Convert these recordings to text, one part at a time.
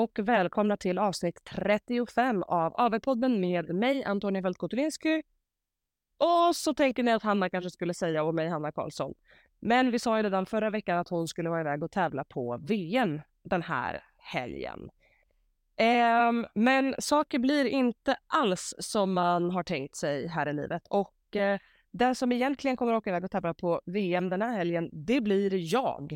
och välkomna till avsnitt 35 av AV-podden med mig, Antonia Veltkotulinsky. Och så tänker ni att Hanna kanske skulle säga om mig, Hanna Karlsson. Men vi sa ju redan förra veckan att hon skulle vara iväg och tävla på VM den här helgen. Men saker blir inte alls som man har tänkt sig här i livet. Och den som egentligen kommer att åka iväg och tävla på VM den här helgen, det blir jag.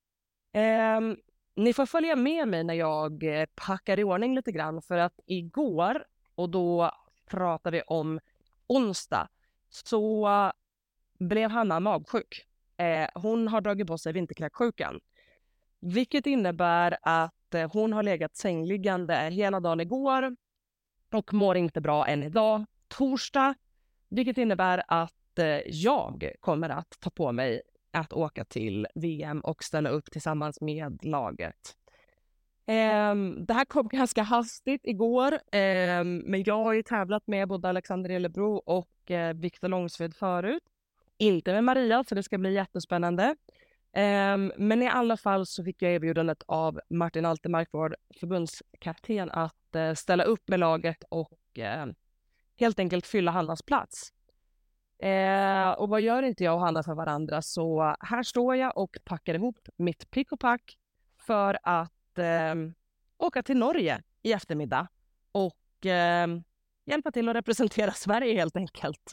Ni får följa med mig när jag packar i ordning lite grann, för att igår, och då pratar vi om onsdag, så blev Hanna magsjuk. Hon har dragit på sig vinterkräksjukan, vilket innebär att hon har legat sängliggande hela dagen igår och mår inte bra än idag, torsdag, vilket innebär att jag kommer att ta på mig att åka till VM och ställa upp tillsammans med laget. Det här kom ganska hastigt igår, men jag har ju tävlat med både Alexander Elebro och Viktor Långsved förut. Inte med Maria, så det ska bli jättespännande. Men i alla fall så fick jag erbjudandet av Martin Altermark, vår förbundskapten, att ställa upp med laget och helt enkelt fylla Hannas plats. Och vad gör inte jag och Hanna för varandra, så här står jag och packar ihop mitt pick och pack för att åka till Norge i eftermiddag och hjälpa till att representera Sverige helt enkelt.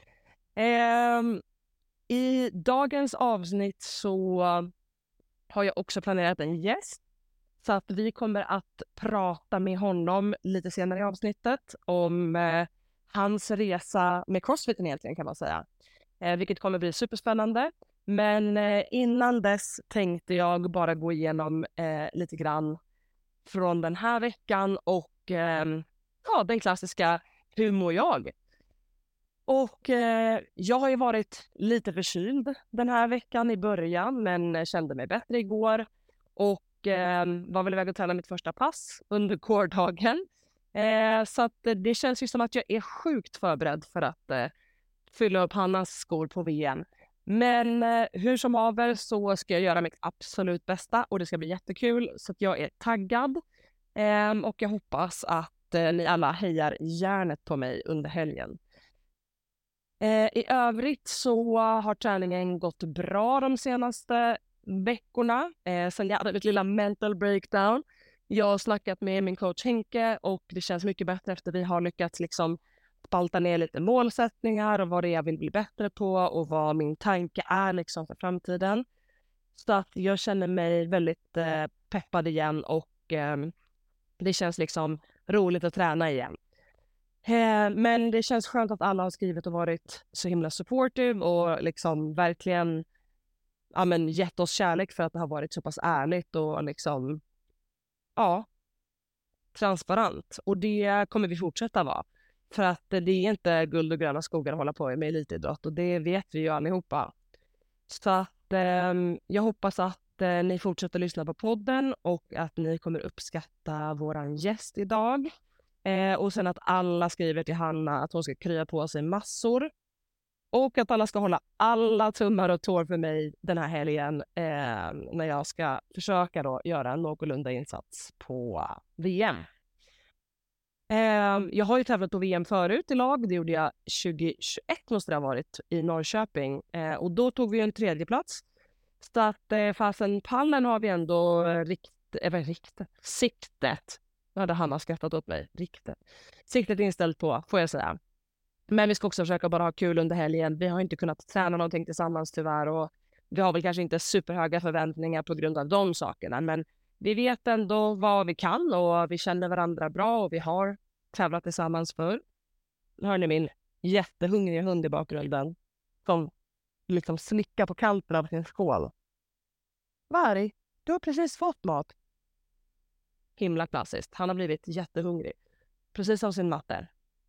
I dagens avsnitt så har jag också planerat en gäst, så att vi kommer att prata med honom lite senare i avsnittet om hans resa med crossfiten egentligen, kan man säga. Vilket kommer bli superspännande. Men innan dess tänkte jag bara gå igenom lite grann från den här veckan och den klassiska hur mår jag? Och jag har ju varit lite förkyld den här veckan i början, men kände mig bättre igår och var väl iväg och träna mitt första pass under gårdagen. Så att det känns ju som att jag är sjukt förberedd för att fylla upp Hannas skor på VM. Men hur som haver så ska jag göra mitt absolut bästa och det ska bli jättekul, så att jag är taggad. Och jag hoppas att ni alla hejar järnet på mig under helgen. I övrigt så har träningen gått bra de senaste veckorna. Sen jag hade mitt lilla mental breakdown. Jag har snackat med min coach Henke och det känns mycket bättre efter vi har lyckats liksom spalta ner lite målsättningar och vad det är jag vill bli bättre på och vad min tanke är liksom för framtiden. Så att jag känner mig väldigt peppad igen och det känns liksom roligt att träna igen. Men det känns skönt att alla har skrivit och varit så himla supportive och liksom verkligen gett oss kärlek för att det har varit så pass ärligt och liksom transparent. Och det kommer vi fortsätta vara. För att det är inte guld och gröna skogar att hålla på med elitidrott och det vet vi ju allihopa. Så att jag hoppas att ni fortsätter lyssna på podden och att ni kommer uppskatta våran gäst idag. Och sen att alla skriver till Hanna att hon ska krya på sig massor. Och att alla ska hålla alla tummar och tår för mig den här helgen när jag ska försöka då göra en någorlunda insats på VM. Jag har ju tävlat på VM förut i lag. Det gjorde jag 2021 måste det ha varit i Norrköping. Och då tog vi en tredje plats. Så att fasen pallen har vi ändå siktet. Nu hade Hanna skrattat åt mig. Siktet inställt på, får jag säga. Men vi ska också försöka bara ha kul under helgen. Vi har inte kunnat träna någonting tillsammans tyvärr. Och vi har väl kanske inte superhöga förväntningar på grund av de sakerna. Men vi vet ändå vad vi kan och vi känner varandra bra och vi har tävlat tillsammans förr. Nu hör ni min jättehungriga hund i bakgrunden som liksom slickar på kanten av sin skål. Varg, du har precis fått mat. Himla klassiskt. Han har blivit jättehungrig. Precis som sin matte.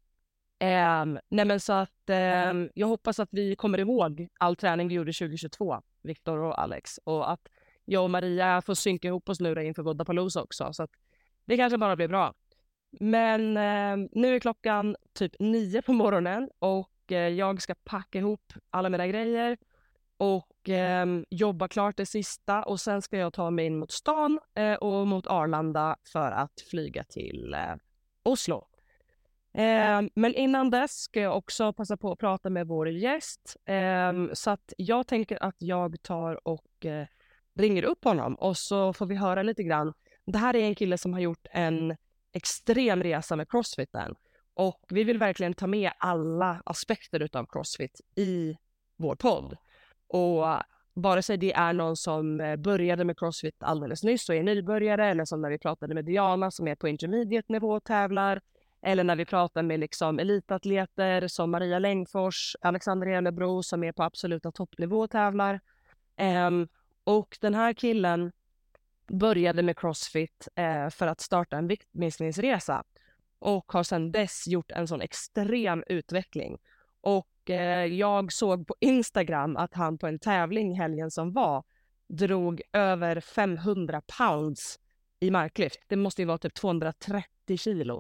Så att jag hoppas att vi kommer ihåg all träning vi gjorde 2022, Viktor och Alex. Och att jag och Maria får synka ihop oss nu inför Vodapalooza också. Så att det kanske bara blir bra. Men nu är klockan typ 9 på morgonen och jag ska packa ihop alla mina grejer och jobba klart det sista och sen ska jag ta mig in mot stan och mot Arlanda för att flyga till Oslo. Men innan dess ska jag också passa på att prata med vår gäst. Så att jag tänker att jag tar och ringer upp honom och så får vi höra lite grann. Det här är en kille som har gjort en extrem resa med crossfiten. Och vi vill verkligen ta med alla aspekter utav crossfit i vår podd. Och vare sig det är någon som började med crossfit alldeles nyss och är nybörjare, eller som när vi pratade med Diana som är på intermediate nivå och tävlar, eller när vi pratar med liksom elitatleter som Maria Längfors, Alexander Elebro som är på absoluta toppnivå och tävlar. Och den här killen började med crossfit för att starta en viktminskningsresa och har sedan dess gjort en sån extrem utveckling. Och jag såg på Instagram att han på en tävling helgen som var drog över 500 pounds i marklyft. Det måste ju vara typ 230 kilo.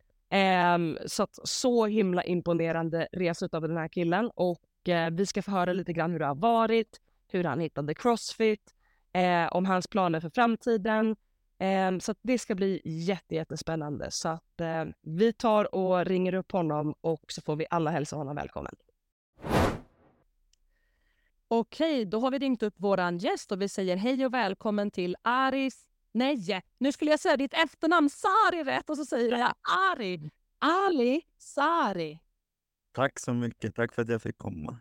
Så himla imponerande resa av den här killen. Och vi ska få höra lite grann hur det har varit, hur han hittade crossfit, om hans planer för framtiden. Så att det ska bli jättespännande. Så att vi tar och ringer upp honom och så får vi alla hälsa honom välkommen. Okej, då har vi ringt upp våran gäst och vi säger hej och välkommen till Aris. Nej, nu skulle jag säga ditt efternamn Sari rätt och så säger jag Ali Sari. Tack så mycket, tack för att jag fick komma.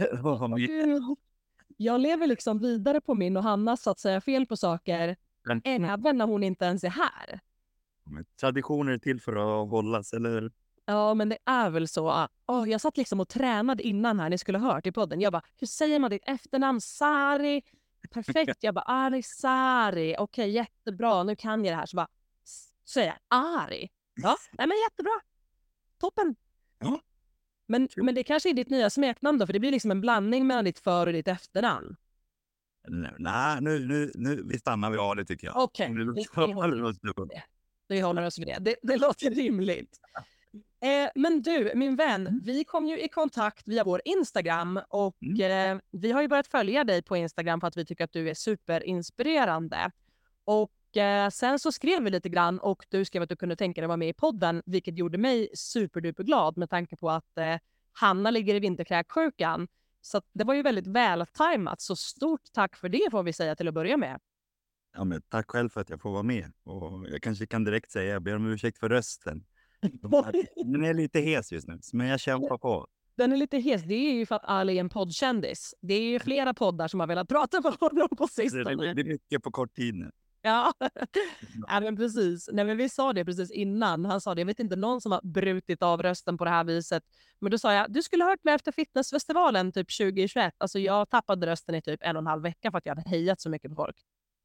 Jag lever liksom vidare på min och Hannas så att säga fel på saker även när hon inte ens är här. Traditioner är till för att hållas, eller? Ja, men det är väl så. Jag satt liksom och tränade innan här, ni skulle ha hört i podden. Jag bara, hur säger man ditt efternamn? Sari. Perfekt. Jag bara, Ari Sari. Okej, jättebra. Nu kan jag det här. Så bara, säger jag Ari. Ja, nej men jättebra. Toppen. Ja. Men det kanske är ditt nya smeknamn då, för det blir liksom en blandning mellan ditt för- och ditt efternamn. Nej, nu vi stannar vid Ali tycker jag. Okej. Vi håller oss vid det. Det låter rimligt. Men du, min vän, vi kom ju i kontakt via vår Instagram och vi har ju börjat följa dig på Instagram för att vi tycker att du är superinspirerande. Och sen så skrev vi lite grann och du skrev att du kunde tänka dig att vara med i podden, vilket gjorde mig superduperglad med tanke på att Hanna ligger i vinterkräksjukan. Så att det var ju väldigt vältajmat, så stort tack för det får vi säga till att börja med. Ja, men tack själv för att jag får vara med. Och jag kanske kan direkt säga, jag ber om ursäkt för rösten. Den är lite hes just nu, men jag kämpar på. Den är lite hes, det är ju för att Ali är en poddkändis. Det är ju flera poddar som har velat prata med honom på sistone. Det är mycket på kort tid nu. Ja, ja men precis. Nej, men vi sa det precis innan. Han sa det, jag vet inte någon som har brutit av rösten på det här viset. Men då sa jag, du skulle ha hört mig efter fitnessfestivalen typ 2021. Alltså jag tappade rösten i typ 1,5 vecka för att jag hade hejat så mycket på folk.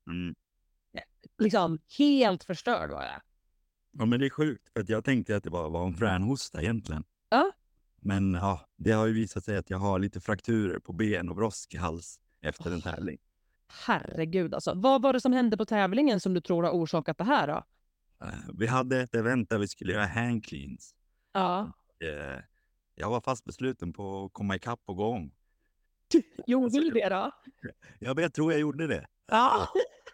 Liksom helt förstörd var jag. Ja, men det är sjukt, för att jag tänkte att det bara var en fränhosta egentligen. Ja. Men ja, det har ju visat sig att jag har lite frakturer på ben och brosk i hals efter en tävling. Herregud alltså. Vad var det som hände på tävlingen som du tror har orsakat det här då? Vi hade ett event där vi skulle göra hand cleans. Ja. Jag var fast besluten på att komma ikapp och gå om. Gjorde du det då? Jag tror jag gjorde det. Ja.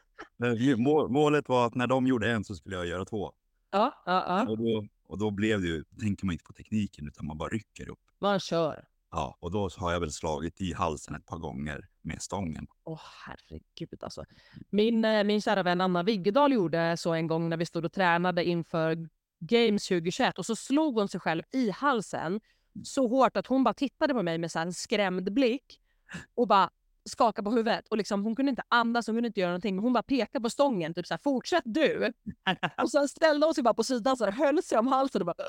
Målet var att när de gjorde en så skulle jag göra 2. Ja. Och då blev det ju, tänker man inte på tekniken utan man bara rycker upp. Man kör. Ja, och då har jag väl slagit i halsen ett par gånger med stången. Herregud alltså. Min kära vän Anna Viggedal gjorde så en gång när vi stod och tränade inför Games 2021 och så slog hon sig själv i halsen så hårt att hon bara tittade på mig med så här en skrämd blick och bara skakade på huvudet och liksom hon kunde inte andas, hon kunde inte göra någonting, men hon bara pekade på stången typ så här, fortsätt du. Och sen ställde hon sig bara på sidan så här, höll sig om halsen och bara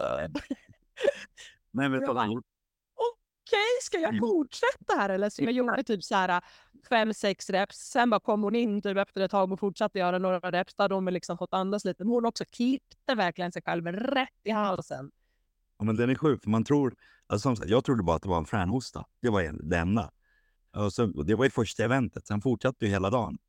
Men vet du vad? Okej, ska jag fortsätta här eller? Så jag gjorde typ så här 5-6 reps, sen bara kom hon in typ efter ett tag och fortsatte göra några reps där de liksom fått andas lite, men hon också klippte verkligen sig själv rätt i halsen. Ja, men den är sjuk, för man tror, alltså, som sagt, jag trodde bara att det var en fränhosta, det var det enda. Och det var ju första eventet, sen fortsatte ju hela dagen.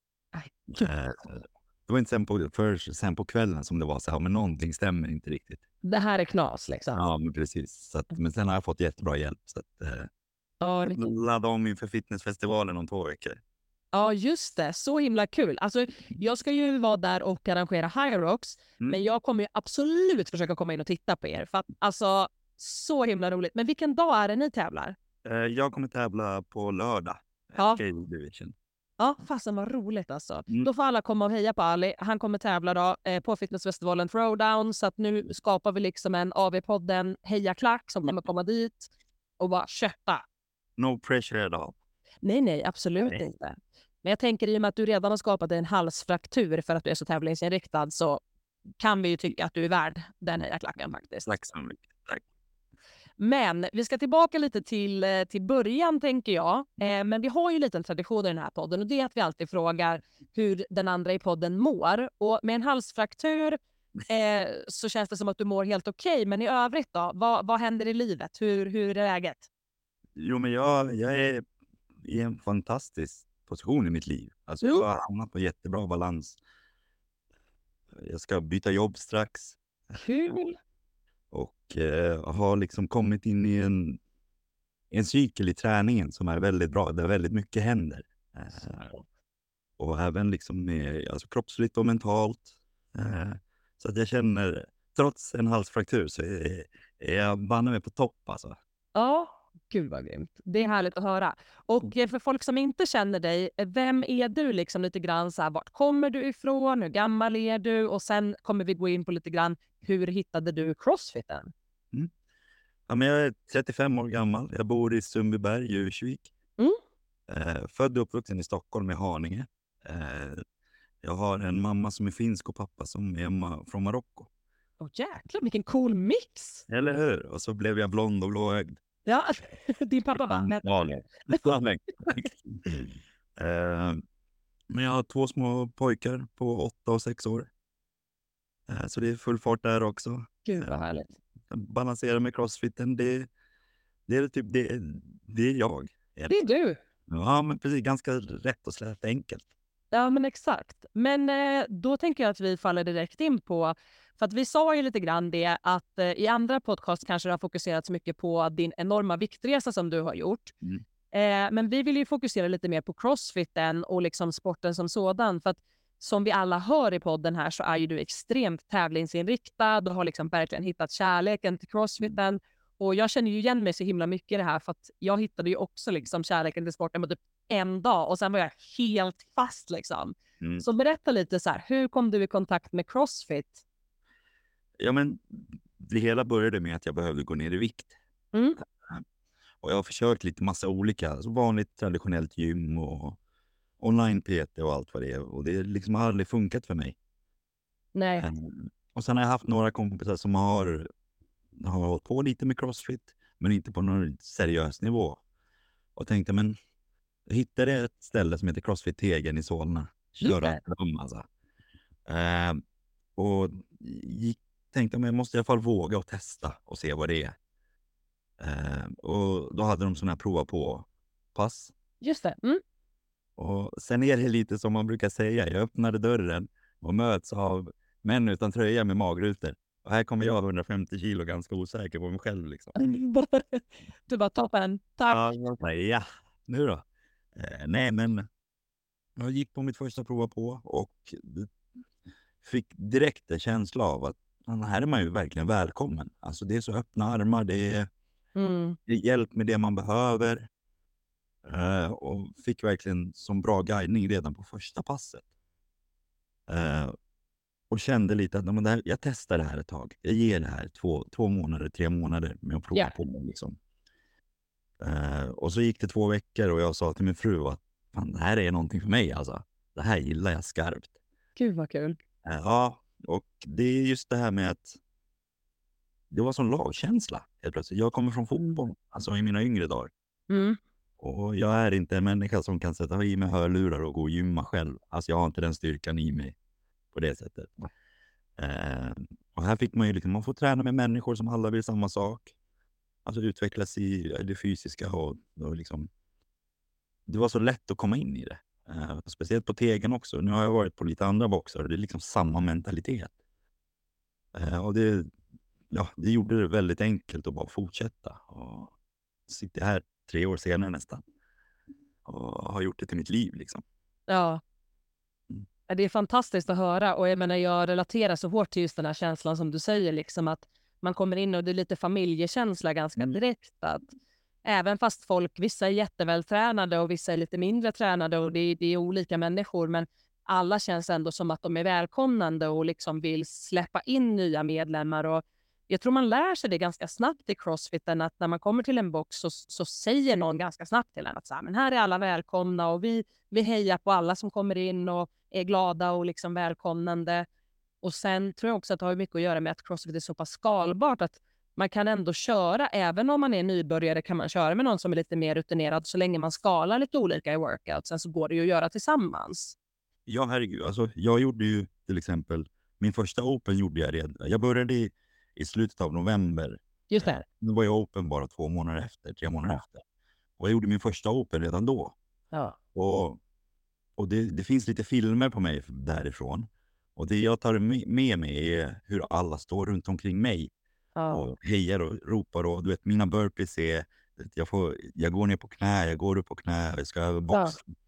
Det var inte sen på kvällen som det var så här, men någonting stämmer inte riktigt. Det här är knas liksom. Ja, men precis. Men sen har jag fått jättebra hjälp. Så att, Ja, Ladda om inför fitnessfestivalen om 2 veckor. ja, just det. Så himla kul. Alltså, jag ska ju vara där och arrangera High Rocks, men jag kommer ju absolut försöka komma in och titta på er. För att, alltså, så himla roligt. Men vilken dag är det ni tävlar? Jag kommer tävla på lördag. Ja. Scale Division. Ja, fasen vad roligt alltså. Mm. Då får alla komma och heja på Ali. Han kommer tävla då, på fitnessfestivalen Throwdown. Så att nu skapar vi liksom en AV-podden hejaklack som kommer komma dit och bara kötta. No pressure at all. Nej, absolut Nej. inte. Men jag tänker i och med att du redan har skapat en halsfraktur för att du är så tävlingsinriktad så kan vi ju tycka att du är värd den hejaklacken faktiskt. Tack så mycket. Tack. Men vi ska tillbaka lite till början tänker jag. Men vi har ju en liten tradition i den här podden och det är att vi alltid frågar hur den andra i podden mår. Och med en halsfraktur så känns det som att du mår helt okej. Men i övrigt då, vad händer i livet? Hur är läget? Jo, men jag är i en fantastisk position i mitt liv. Alltså, Jo. jag har hamnat på jättebra balans. Jag ska byta jobb strax. Kul! Och har liksom kommit in i en cykel i träningen som är väldigt bra. Där väldigt mycket händer. Och även liksom med, alltså kroppsligt och mentalt. Så att jag känner, trots en halsfraktur så är jag banne mig på topp alltså. Ja, gud vad grymt. Det är härligt att höra. Och för folk som inte känner dig, vem är du liksom lite grann så här, vart kommer du ifrån, hur gammal är du? Och sen kommer vi gå in på lite grann, hur hittade du crossfiten? Ja, men jag är 35 år gammal. Jag bor i Sundbyberg, Djursvik. Född och uppvuxen i Stockholm i Haninge. Jag har en mamma som är finsk och pappa som är från Marocko. Åh jäklar, vilken cool mix! Eller hur? Och så blev jag blond och blåögd. Ja, din pappa va? Men jag har 2 små pojkar på 8 och 6 år. Så det är full fart där också. Gud vad härligt. Balansera med crossfiten, det är typ det är jag. Det är du. Ja, men precis. Ganska rätt och slätt enkelt. Ja, men exakt. Men då tänker jag att vi faller direkt in på, för att vi sa ju lite grann det att i andra podcast kanske det har fokuserats mycket på din enorma viktresa som du har gjort. Men vi vill ju fokusera lite mer på crossfiten och liksom sporten som sådan. För att som vi alla hör i podden här så är ju du extremt tävlingsinriktad och har liksom verkligen hittat kärleken till crossfiten. Och jag känner ju igen mig så himla mycket i det här för att jag hittade ju också liksom kärleken till sporten på typ en dag och sen var jag helt fast liksom. Så berätta lite så här, hur kom du i kontakt med crossfit? Ja, men det hela började med att jag behövde gå ner i vikt. Och jag har försökt lite massa olika, alltså vanligt traditionellt gym och online-PT och allt vad det är. Och det liksom har aldrig funkat för mig. Nej. Och sen har jag haft några kompisar som har hållit på lite med crossfit, men inte på någon seriös nivå. Och tänkte, men jag hittade ett ställe som heter CrossFit Tegen i Solna. Köra dem alltså. Och tänkte, men jag måste i alla fall våga och testa och se vad det är. Och då hade de sådana här prova på pass. Just det. Och sen är det lite som man brukar säga. Jag öppnade dörren och möts av män utan tröja med magrutor. Och här kommer jag 150 kilo ganska osäker på mig själv liksom. Du bara toppen. Tack. Ja, nu då. Nej, men jag gick på mitt första prova på och fick direkt en känsla av att här är man ju verkligen välkommen. Alltså det är så öppna armar, det är hjälp med det man behöver. Och fick verkligen som bra guidning redan på första passet. Och kände lite att jag testar det här ett tag. Jag ger det här 2 månader, 3 månader med att prova på det liksom. Och så gick det 2 veckor och jag sa till min fru att fan, det här är någonting för mig alltså. Det här gillar jag skarpt. Gud vad kul. Ja, och det är just det här med att det var sån lagkänsla helt plötsligt. Jag kommer från fotboll, alltså i mina yngre dagar. Och jag är inte en människa som kan sätta i mig hörlurar och gå och gymma själv. Alltså jag har inte den styrkan i mig på det sättet. Och här fick man ju liksom, man får träna med människor som alla vill samma sak. Alltså utvecklas i det fysiska och liksom. Det var så lätt att komma in i det. Speciellt på Tegen också. Nu har jag varit på lite andra boxar och det är liksom samma mentalitet. Och det gjorde det väldigt enkelt att bara fortsätta. Och sitta här 3 år senare nästan. Och har gjort det till mitt liv liksom. Ja. Det är fantastiskt att höra, och jag menar, jag relaterar så hårt till just den här känslan som du säger, liksom att man kommer in och det är lite familjekänsla ganska direkt, att även fast vissa är jättevältränade och vissa är lite mindre tränade och det är olika människor, men alla känns ändå som att de är välkomnande och liksom vill släppa in nya medlemmar. Och jag tror man lär sig det ganska snabbt i CrossFiten, att när man kommer till en box så säger någon ganska snabbt till en att så här, men här är alla välkomna och vi hejar på alla som kommer in och är glada och liksom välkomnande. Och sen tror jag också att det har mycket att göra med att CrossFit är så pass skalbart att man kan ändå köra, även om man är nybörjare kan man köra med någon som är lite mer rutinerad, så länge man skalar lite olika i workout. Sen så går det ju att göra tillsammans. Ja, herregud. Alltså, jag gjorde ju till exempel, min första Open gjorde jag redan. Jag började i slutet av november. Just det. Nu var jag Open bara 3 månader efter. Och jag gjorde min första Open redan då. Ja. Och det finns lite filmer på mig därifrån. Och det jag tar med mig är hur alla står runt omkring mig. Ja. Och hejar och ropar. Och du vet, mina burpees är... Jag går ner på knä, jag går upp på knä, jag ska över boxen. Ja.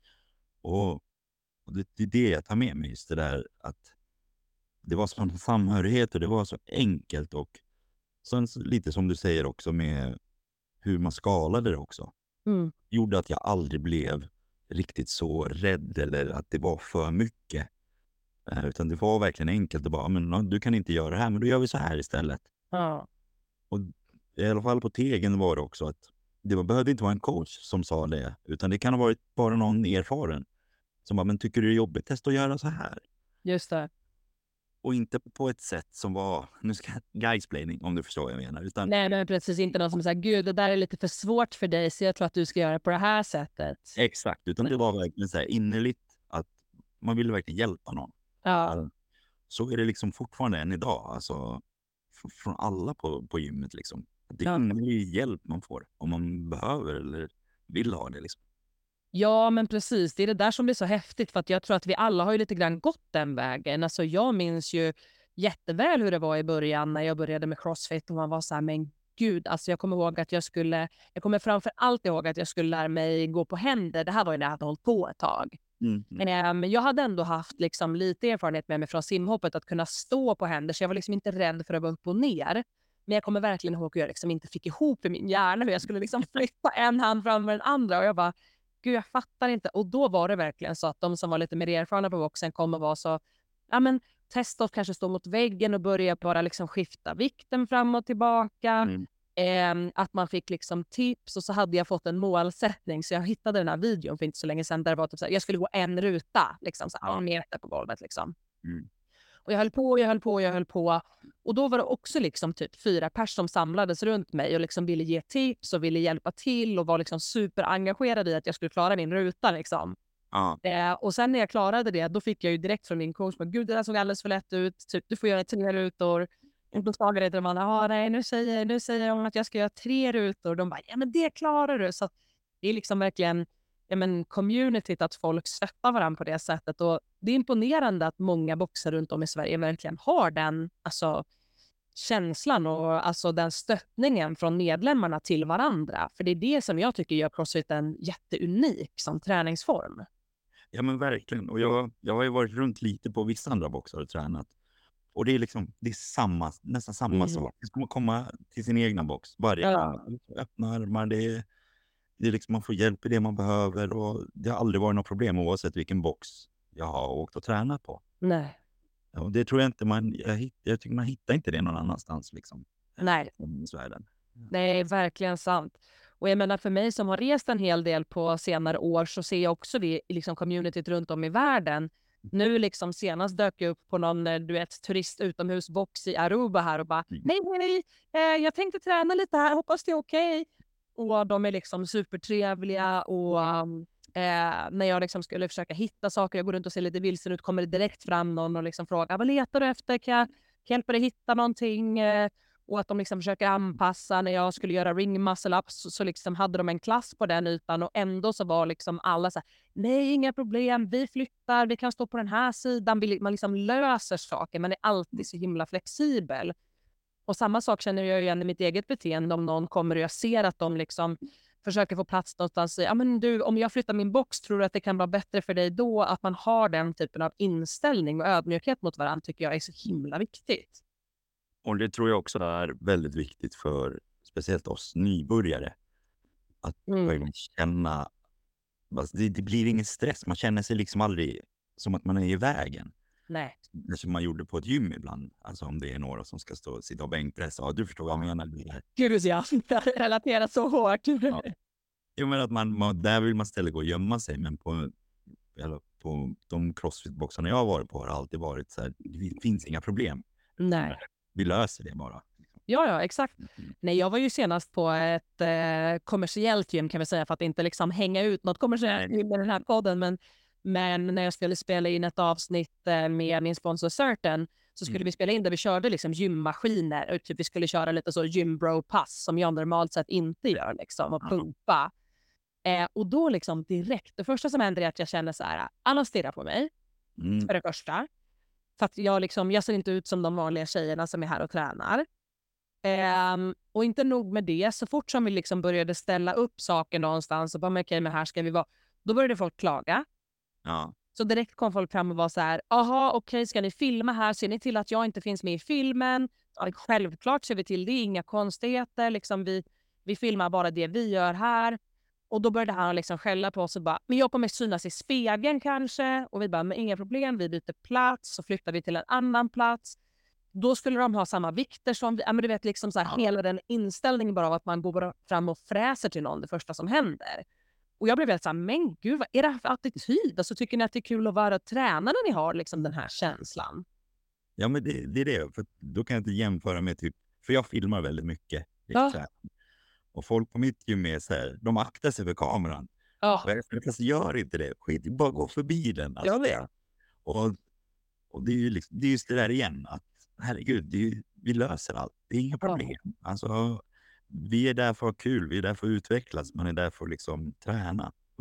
Och det är det jag tar med mig, just det där att det var sån samhörighet och det var så enkelt, och sen lite som du säger också med hur man skalade det också. Gjorde att jag aldrig blev riktigt så rädd eller att det var för mycket. Utan det var verkligen enkelt att bara, men du kan inte göra det här, men då gör vi så här istället. Ja. Och i alla fall på Tegen var det också att det behövde inte vara en coach som sa det, utan det kan ha varit bara någon erfaren som bara, men tycker du det är jobbigt, testa att göra så här. Just det. Och inte på ett sätt som var, nu ska guysplaining, om du förstår vad jag menar. Utan... Nej, men precis, inte någon som säger, gud, det där är lite för svårt för dig, så jag tror att du ska göra det på det här sättet. Exakt, utan det var verkligen så här innerligt att man ville verkligen hjälpa någon. Ja. Så är det liksom fortfarande än idag, alltså från alla på gymmet liksom. Det är innerlig hjälp man får om man behöver eller vill ha det liksom. Ja, men precis. Det är det där som blir så häftigt, för att jag tror att vi alla har ju lite grann gått den vägen. Alltså jag minns ju jätteväl hur det var i början när jag började med CrossFit och man var så här, men gud, alltså jag kommer ihåg att jag kommer framför allt ihåg att jag skulle lära mig gå på händer. Det här var ju när jag hade hållit på ett tag. Men jag hade ändå haft liksom lite erfarenhet med mig från simhoppet att kunna stå på händer, så jag var liksom inte rädd för att vara upp och ner. Men jag kommer verkligen ihåg hur jag liksom inte fick ihop i min hjärna hur jag skulle liksom flytta en hand framför den andra, och jag bara, gud, jag fattar inte. Och då var det verkligen så att de som var lite mer erfarna på boxen kom och var så, ja men testa att kanske stå mot väggen och börja bara liksom skifta vikten fram och tillbaka. Att man fick liksom tips, och så hade jag fått en målsättning, så jag hittade den här videon för inte så länge sedan där det var typ så här, jag skulle gå en ruta liksom så här, meter på golvet liksom. Och jag höll på. Och då var det också liksom typ 4 personer som samlades runt mig och liksom ville ge tips och ville hjälpa till och var liksom superengagerade i att jag skulle klara min ruta liksom. Och sen när jag klarade det, då fick jag ju direkt från min coach, men gud, det där såg alldeles för lätt ut. Typ, du får göra 3 rutor. Och då sa jag det till de andra, nej, nu säger de att jag ska göra 3 rutor. Och de bara, ja men det klarar du. Så att det är liksom verkligen, ja men communityt, att folk stöttar varandra på det sättet. Och det är imponerande att många boxare runt om i Sverige verkligen har den alltså känslan och alltså den stöttningen från medlemmarna till varandra. För det är det som jag tycker gör CrossFit en jätteunik som träningsform. Ja men verkligen. Och jag har ju varit runt lite på vissa andra boxar och tränat. Och det är liksom, det är nästan samma sak. Det ska man komma till sin egna box varje gång. Öppna armar, det är liksom, man får hjälp i det man behöver, och det har aldrig varit något problem oavsett vilken box jag har åkt och tränat på. Nej. Och det tror jag inte jag tycker man hittar inte det någon annanstans liksom. Nej. I Sverige. Nej, verkligen sant. Och jag menar, för mig som har rest en hel del på senare år, så ser jag också det i liksom communityt runt om i världen. Nu liksom senast dök jag upp på någon turist utomhusbox i Aruba här och bara, nej, jag tänkte träna lite här, hoppas det är okej. Och de är liksom supertrevliga, och när jag liksom skulle försöka hitta saker, jag går runt och ser lite vilsen ut, kommer det direkt fram någon och liksom frågar, vad letar du efter? Kan jag hjälpa dig hitta någonting? Och att de liksom försöker anpassa. När jag skulle göra ring muscle ups så liksom hade de en klass på den ytan, och ändå så var liksom alla så här, nej, inga problem, vi flyttar, vi kan stå på den här sidan. Man liksom löser saker, man är alltid så himla flexibel. Och samma sak känner jag igen i mitt eget beteende om någon kommer och jag ser att de liksom, försöker få plats någonstans i, ja men du, om jag flyttar min box, tror du att det kan vara bättre för dig då? Att man har den typen av inställning och ödmjukhet mot varandra tycker jag är så himla viktigt. Och det tror jag också är väldigt viktigt för speciellt oss nybörjare. Att verkligen känna, alltså det blir ingen stress. Man känner sig liksom aldrig som att man är i vägen. Nej. Det som man gjorde på ett gym ibland. Alltså om det är några som ska sitta och bänkpressa. Ja, du förstår vad jag menar. Gud, jag relaterar så hårt. Ja. Jo, men att där vill man istället gå och gömma sig. Men på de crossfit-boxarna jag har varit på har det alltid varit så här, det finns inga problem. Nej. Vi löser det bara. Ja, exakt. Nej, jag var ju senast på ett kommersiellt gym kan vi säga, för att inte liksom hänga ut något kommersiellt gym med den här podden. Men när jag skulle spela in ett avsnitt med min sponsor Certain så skulle vi spela in där vi körde liksom gymmaskiner. Och typ vi skulle köra lite så gymbro-pass som jag normalt sett inte gör liksom, och pumpa. Och då liksom direkt, det första som händer är att jag känner så här, alla stirrar på mig. För det första. För att jag ser inte ut som de vanliga tjejerna som är här och tränar. Och inte nog med det, så fort som vi liksom började ställa upp saker någonstans och bara, okej, men här ska vi vara. Då började folk klaga. Ja. Så direkt kom folk fram och var så här, okej, ska ni filma här? Ser ni till att jag inte finns med i filmen? Ja, självklart ser vi till det, inga konstigheter. Liksom vi filmar bara det vi gör här. Och då började han liksom skälla på oss och bara, men jag kommer synas i spegeln kanske. Och vi bara, men inga problem, vi byter plats. Så flyttar vi till en annan plats. Då skulle de ha samma vikter som vi. Ja, men du vet, liksom så här, hela den inställningen bara av att man går fram och fräser till någon det första som händer. Och jag blev helt så här, men gud, vad är det här för attityd? Alltså, tycker ni att det är kul att vara och träna när ni har liksom den här känslan? Ja, men det är det. För då kan jag inte jämföra med typ, för jag filmar väldigt mycket. Och folk på mitt gym är så här, de aktar sig för kameran. Jag gör inte det. Skit, bara gå förbi den. Alltså. Jag vet. Och det är ju liksom, det är just det där igen. Att herregud, vi löser allt. Det är inga problem. Alltså, vi är där för att ha kul. Vi är där för att utvecklas. Man är där för att liksom träna. Och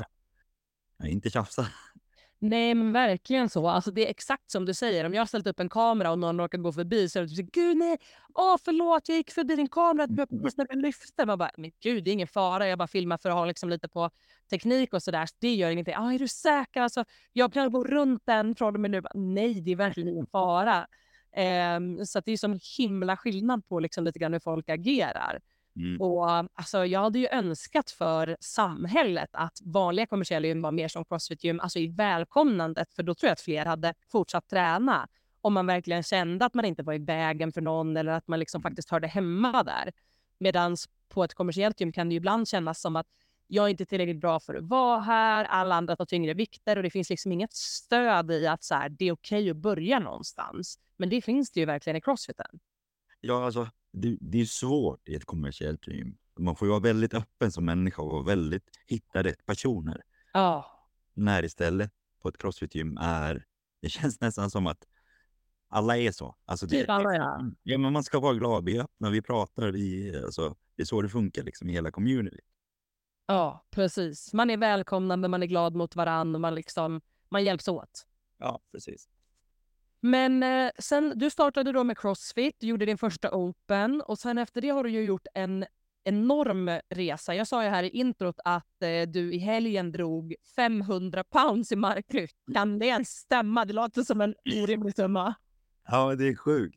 inte tjafsa. Nej, men verkligen så. Alltså, det är exakt som du säger. Om jag har ställt upp en kamera och någon råkar gå förbi så är det typ, gud nej, förlåt, jag gick förbi din kamera. När du lyfter. Man bara, men gud, det är ingen fara. Jag bara filmar för att ha liksom lite på teknik och sådär. Så det gör ingenting. Är du säker? Alltså, jag kan gå runt den från och med nu. Nej, det är verkligen ingen fara. Så att det är som himla skillnad på liksom lite grann hur folk agerar. Och alltså, jag hade ju önskat för samhället att vanliga kommersiella gym var mer som CrossFit-gym, alltså i välkomnandet, för då tror jag att fler hade fortsatt träna om man verkligen kände att man inte var i vägen för någon eller att man liksom faktiskt hörde hemma där. Medan på ett kommersiellt gym kan det ju ibland kännas som att jag är inte tillräckligt bra för att vara här, alla andra tar tyngre vikter och det finns liksom inget stöd i att så här, det är okej att börja någonstans. Men det finns det ju verkligen i CrossFiten. Ja, alltså det är svårt i ett kommersiellt gym. Man får ju vara väldigt öppen som människa och hitta rätt personer. När istället på ett CrossFit-gym det känns nästan som att alla är så. Alltså ja, men man ska vara glad, vi är öppna, vi pratar, alltså, det är så det funkar liksom i hela community. Ja, precis. Man är välkomnande, man är glad mot varandra och man hjälps åt. Ja, precis. Men sen, du startade då med CrossFit, du gjorde din första Open och sen efter det har du ju gjort en enorm resa. Jag sa ju här i introt att du i helgen drog 500 pounds i marklyft. Kan det ens stämma? Det låter som en orimlig summa. Ja, det är sjukt.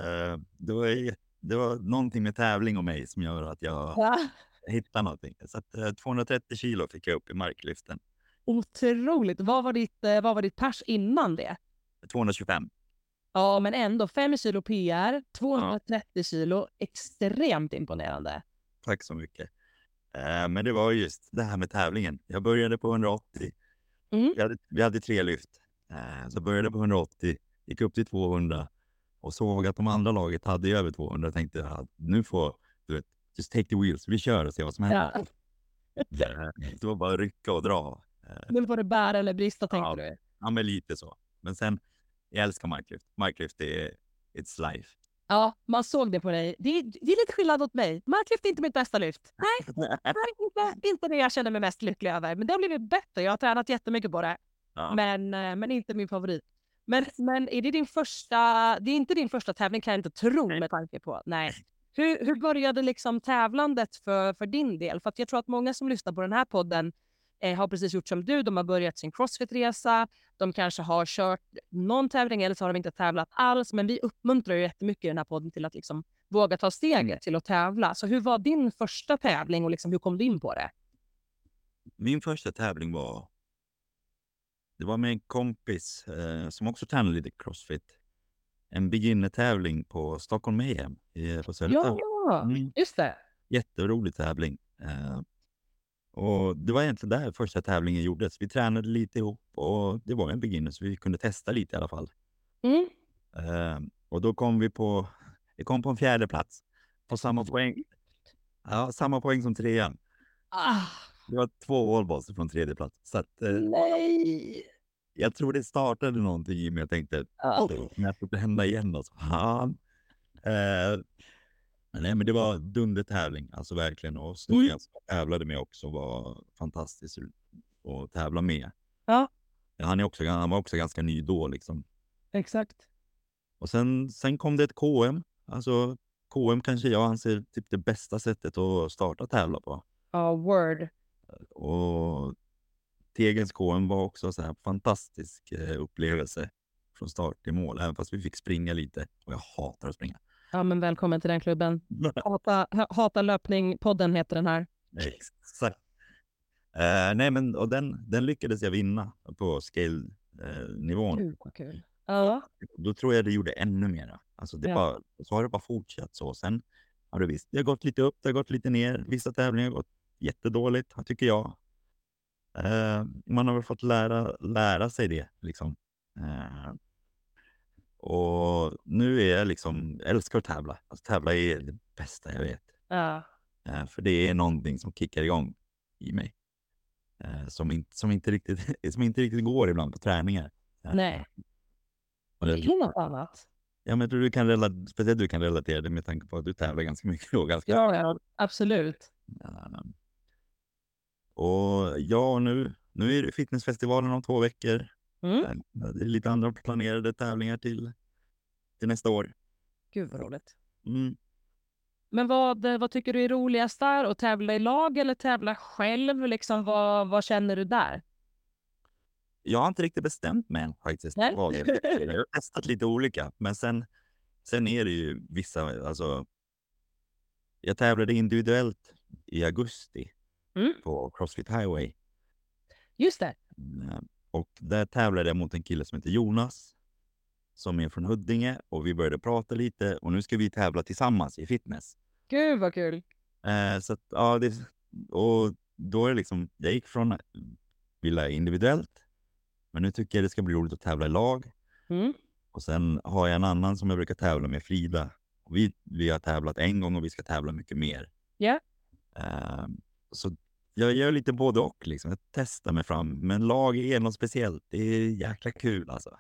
Det var någonting med tävling och mig som gör att jag hittade någonting. Så att 230 kilo fick jag upp i marklyften. Otroligt. Vad var ditt pers innan det? 225. Ja, men ändå 5 kilo PR, 230 kilo. Extremt imponerande. Tack så mycket. Men det var just det här med tävlingen. Jag började på 180. Vi hade 3 lyft. Så började på 180, gick upp till 200 och såg att de andra laget hade över 200. Tänkte jag, nu får du vet, just take the wheels. Vi kör och ser vad som händer. Det var bara rycka och dra. Nu får det bära eller brista, tänkte du? Ja, men lite så. Men sen, jag älskar marklyft. Marklyft är it's life. Ja, man såg det på dig. Det är lite skillnad åt mig. Marklyft är inte mitt bästa lyft. Nej, inte det jag känner mig mest lycklig över. Men det har blivit bättre. Jag har tränat jättemycket på det. Ja. Men inte min favorit. Men är det din första... Det är inte din första tävling, kan jag inte tro med tanke på. Nej. Hur började liksom tävlandet för din del? För att jag tror att många som lyssnar på den här podden har precis gjort som du. De har börjat sin crossfit-resa. De kanske har kört någon tävling eller så har de inte tävlat alls. Men vi uppmuntrar ju jättemycket i den här podden till att liksom våga ta steget till att tävla. Så hur var din första tävling och liksom, hur kom du in på det? Min första tävling det var med en kompis som också tränade lite crossfit. En beginner-tävling på Stockholm Mayhem på Södertörn. Ja, just det. Jätterolig tävling. Och det var egentligen där första tävlingen gjordes. Vi tränade lite ihop och det var en beginner så vi kunde testa lite i alla fall. Och då kom vi på en 4:e plats. På samma poäng. Ja, samma poäng som 3:an. Det var 2 wallballs från 3:e plats. Så att, nej! Jag tror det startade någonting i mig. Jag tänkte, när jag får hända igen alltså. Nej, men det var dundertävling, alltså verkligen. Och jag tävlade med också var fantastiskt att tävla med. Ja. Han var också ganska ny då liksom. Exakt. Och sen kom det ett KM. Alltså KM kanske jag anser typ det bästa sättet att starta tävla på. Ja, word. Och Tegens KM var också så här fantastisk upplevelse från start till mål. Även fast vi fick springa lite. Och jag hatar att springa. Ja, men välkommen till den klubben. Hata löpning, podden heter den här. Exakt. Nej, men och den lyckades jag vinna på scale-nivån. Kul. Ja. Då tror jag det gjorde ännu mer. Alltså så har det bara fortsatt så. Sen har det har gått lite upp, det har gått lite ner. Vissa tävlingar har gått jättedåligt, tycker jag. Man har väl fått lära sig det liksom. Och nu är jag liksom, älskar att tävla. Alltså, tävla är det bästa jag vet. Ja. För det är någonting som kickar igång i mig. Som inte riktigt går ibland på träningar. Nej. Och det är något annat. Ja, men speciellt du kan relatera det med tanke på att du tävlar ganska mycket. Ja, absolut. Och nu är det fitnessfestivalen om 2 veckor. Det är lite andra planerade tävlingar till nästa år. Gud vad roligt. Men vad tycker du är roligast där? Att tävla i lag eller tävla själv? Liksom, vad känner du där? Jag har inte riktigt bestämt mig än faktiskt. Jag har testat lite olika. Men sen är det ju vissa, alltså. Jag tävlade individuellt i augusti på CrossFit Highway. Just det. Och där tävlade jag mot en kille som heter Jonas. Som är från Huddinge. Och vi började prata lite. Och nu ska vi tävla tillsammans i fitness. Gud vad kul. Så att, ja, och då är det liksom, jag gick från att vilja individuellt. Men nu tycker jag det ska bli roligt att tävla i lag. Och sen har jag en annan som jag brukar tävla med, Frida. Och vi har tävlat en gång och vi ska tävla mycket mer. Ja. Så jag gör lite både och liksom. Jag testar mig fram. Men lag är något speciellt. Det är jäkla kul alltså.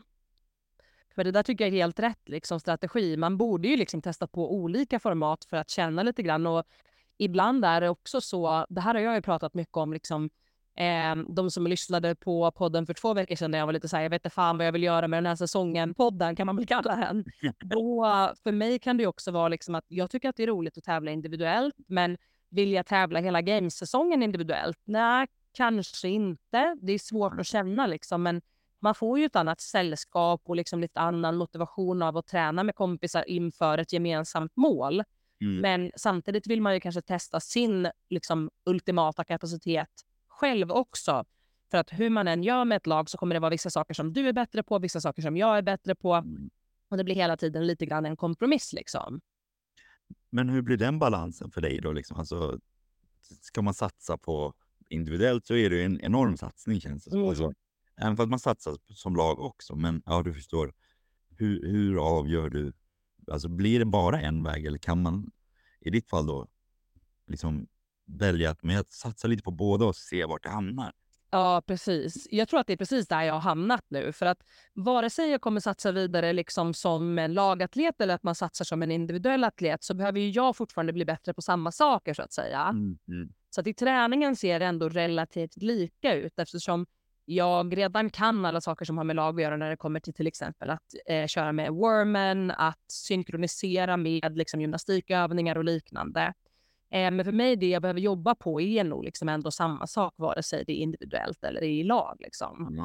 För det där tycker jag är helt rätt liksom, strategi. Man borde ju liksom testa på olika format för att känna lite grann. Och ibland är det också så, det här har jag ju pratat mycket om liksom, de som lyssnade på podden för 2 veckor sedan, där jag var lite så här, jag vet inte fan vad jag vill göra med den här säsongen. Podden kan man väl kalla den. Då, för mig kan det ju också vara liksom att jag tycker att det är roligt att tävla individuellt, men vill jag tävla hela gamesäsongen individuellt? Nej, kanske inte. Det är svårt att känna liksom, men man får ju ett annat sällskap och liksom lite annan motivation av att träna med kompisar inför ett gemensamt mål. Men samtidigt vill man ju kanske testa sin liksom ultimata kapacitet själv också. För att hur man än gör med ett lag så kommer det vara vissa saker som du är bättre på, vissa saker som jag är bättre på. Och det blir hela tiden lite grann en kompromiss liksom. Men hur blir den balansen för dig då liksom? Alltså, ska man satsa på individuellt så är det en enorm satsning, känns det som. Alltså, även för att man satsar som lag också. Men ja, du förstår. Hur avgör du? Alltså, blir det bara en väg eller kan man i ditt fall då liksom välja att satsa lite på båda och se vart det hamnar? Ja, precis. Jag tror att det är precis där jag har hamnat nu. För att vare sig jag kommer satsa vidare liksom som en lagatlet eller att man satsar som en individuell atlet, så behöver ju jag fortfarande bli bättre på samma saker så att säga. Så att i träningen ser det ändå relativt lika ut, eftersom jag redan kan alla saker som har med lag att göra när det kommer till exempel att köra med wormen, att synkronisera med liksom gymnastikövningar och liknande. Men för mig, det jag behöver jobba på är nog liksom ändå samma sak, vare sig det är individuellt eller i lag. Liksom.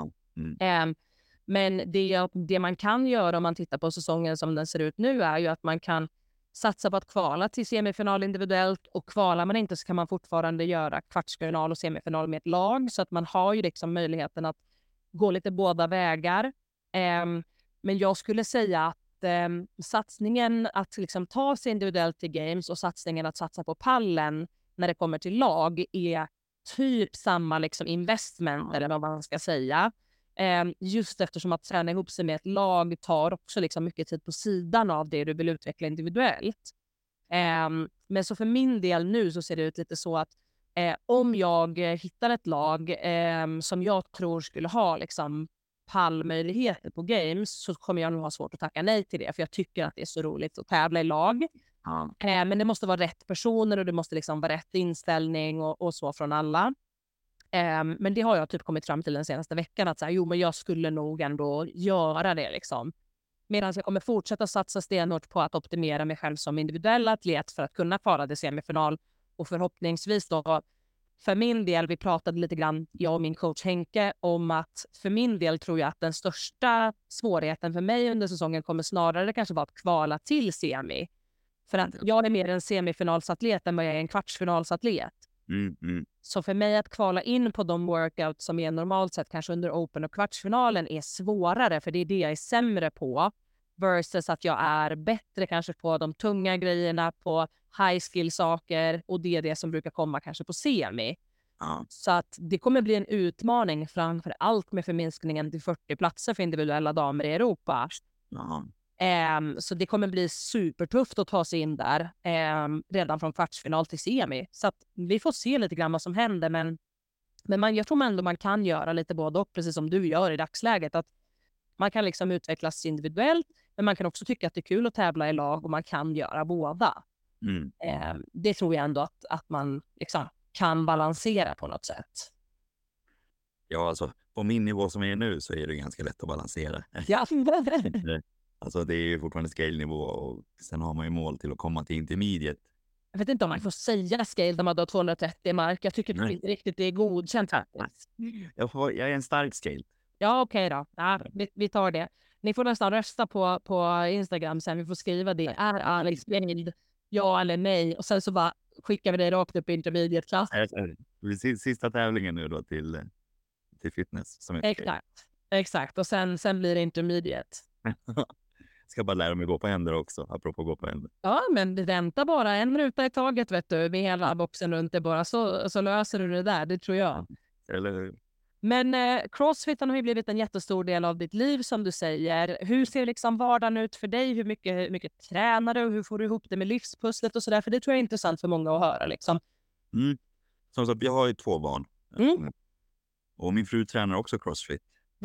Men det man kan göra om man tittar på säsongen som den ser ut nu är ju att man kan satsa på att kvala till semifinal individuellt, och kvalar man inte så kan man fortfarande göra kvartsfinal och semifinal med ett lag, så att man har ju liksom möjligheten att gå lite båda vägar. Men jag skulle säga att satsningen att liksom ta sig individuellt till games och satsningen att satsa på pallen när det kommer till lag är typ samma liksom investment, eller vad man ska säga. Just eftersom att träna ihop sig med ett lag tar också liksom mycket tid på sidan av det du vill utveckla individuellt. Men så för min del nu så ser det ut lite så att om jag hittar ett lag som jag tror skulle ha liksom pallmöjligheter på games, så kommer jag nog ha svårt att tacka nej till det, för jag tycker att det är så roligt att tävla i lag. Men det måste vara rätt personer och det måste liksom vara rätt inställning och så från alla. Men det har jag typ kommit fram till den senaste veckan, att så här, men jag skulle nog ändå göra det liksom. Medan jag kommer fortsätta satsa stenhårt på att optimera mig själv som individuell atlet för att kunna kvala till semifinal, och förhoppningsvis då för min del, vi pratade lite grann, jag och min coach Henke, om att för min del tror jag att den största svårigheten för mig under säsongen kommer snarare kanske vara att kvala till semi. För att jag är mer en semifinalsatlet än vad jag är en kvartsfinalsatlet. Så för mig att kvala in på de workouts som är normalt sett kanske under open och kvartsfinalen är svårare, för det är det jag är sämre på, versus att jag är bättre kanske på de tunga grejerna, på high skill saker, och det är det som brukar komma kanske på semi. Så att det kommer bli en utmaning, framför allt med förminskningen till 40 platser för individuella damer i Europa. Så det kommer bli supertufft att ta sig in där redan från kvartsfinal till semi. Så att vi får se lite grann vad som händer, men jag tror ändå man kan göra lite både och, precis som du gör i dagsläget, att man kan liksom utvecklas individuellt, men man kan också tycka att det är kul att tävla i lag, och man kan göra båda. Det tror jag ändå att man liksom kan balansera på något sätt. Ja, alltså på min nivå som är nu så är det ganska lätt att balansera. Ja. Alltså det är ju fortfarande scale-nivå, och sen har man ju mål till att komma till intermediate. Jag vet inte om man får säga scale när man har 230 mark. Jag tycker inte riktigt det är godkänt faktiskt. Jag är en stark scale. Ja, okej då. Ja, vi tar det. Ni får nästan rösta på Instagram sen. Vi får skriva det. Är Alex scaled? Ja eller nej? Och sen så bara skickar vi det rakt upp i intermediate-klass. Sista tävlingen nu då till fitness. Som Exakt. Och sen blir det intermediate. Ska bara lära mig gå på händer också, apropå gå på händer. Ja, men vänta bara en ruta i taget, vet du. Med hela boxen runt det bara, så löser du det där, det tror jag. Eller... Men crossfit har ju blivit en jättestor del av ditt liv, som du säger. Hur ser liksom vardagen ut för dig? Hur mycket tränar du? Hur får du ihop det med livspusslet och sådär? För det tror jag är intressant för många att höra liksom. Som sagt, jag har ju 2 barn. Och min fru tränar också crossfit.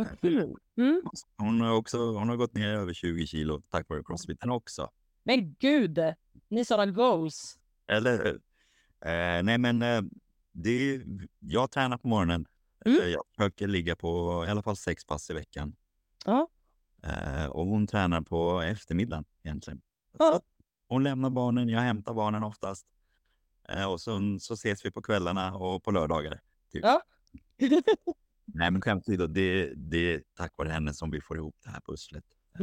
Hon har gått ner över 20 kilo tack vare crossfiten också. Men gud, ni sådana goals. Eller nej, men jag tränar på morgonen. Jag försöker ligga på i alla fall 6 pass i veckan. Och hon tränar på eftermiddagen egentligen. Så hon lämnar barnen, jag hämtar barnen oftast. Och så ses vi på kvällarna och på lördagar. Typ. Nej, men skämt åsido, det är tack vare henne som vi får ihop det här pusslet.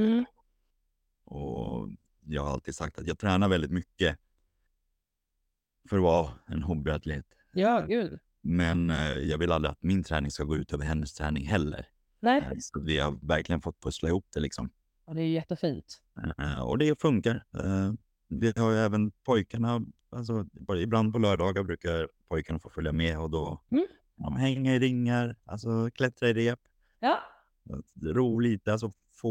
Och jag har alltid sagt att jag tränar väldigt mycket för att vara en hobbyatlet. Ja, gud. Men jag vill aldrig att min träning ska gå ut över hennes träning heller. Nej. Så vi har verkligen fått pussla ihop det liksom. Ja, det är jättefint. Och det funkar. Vi har ju även pojkarna, alltså ibland på lördagar brukar pojkarna få följa med, och då de hänger i ringar, alltså klättra i rep. Ja. Ro lite, alltså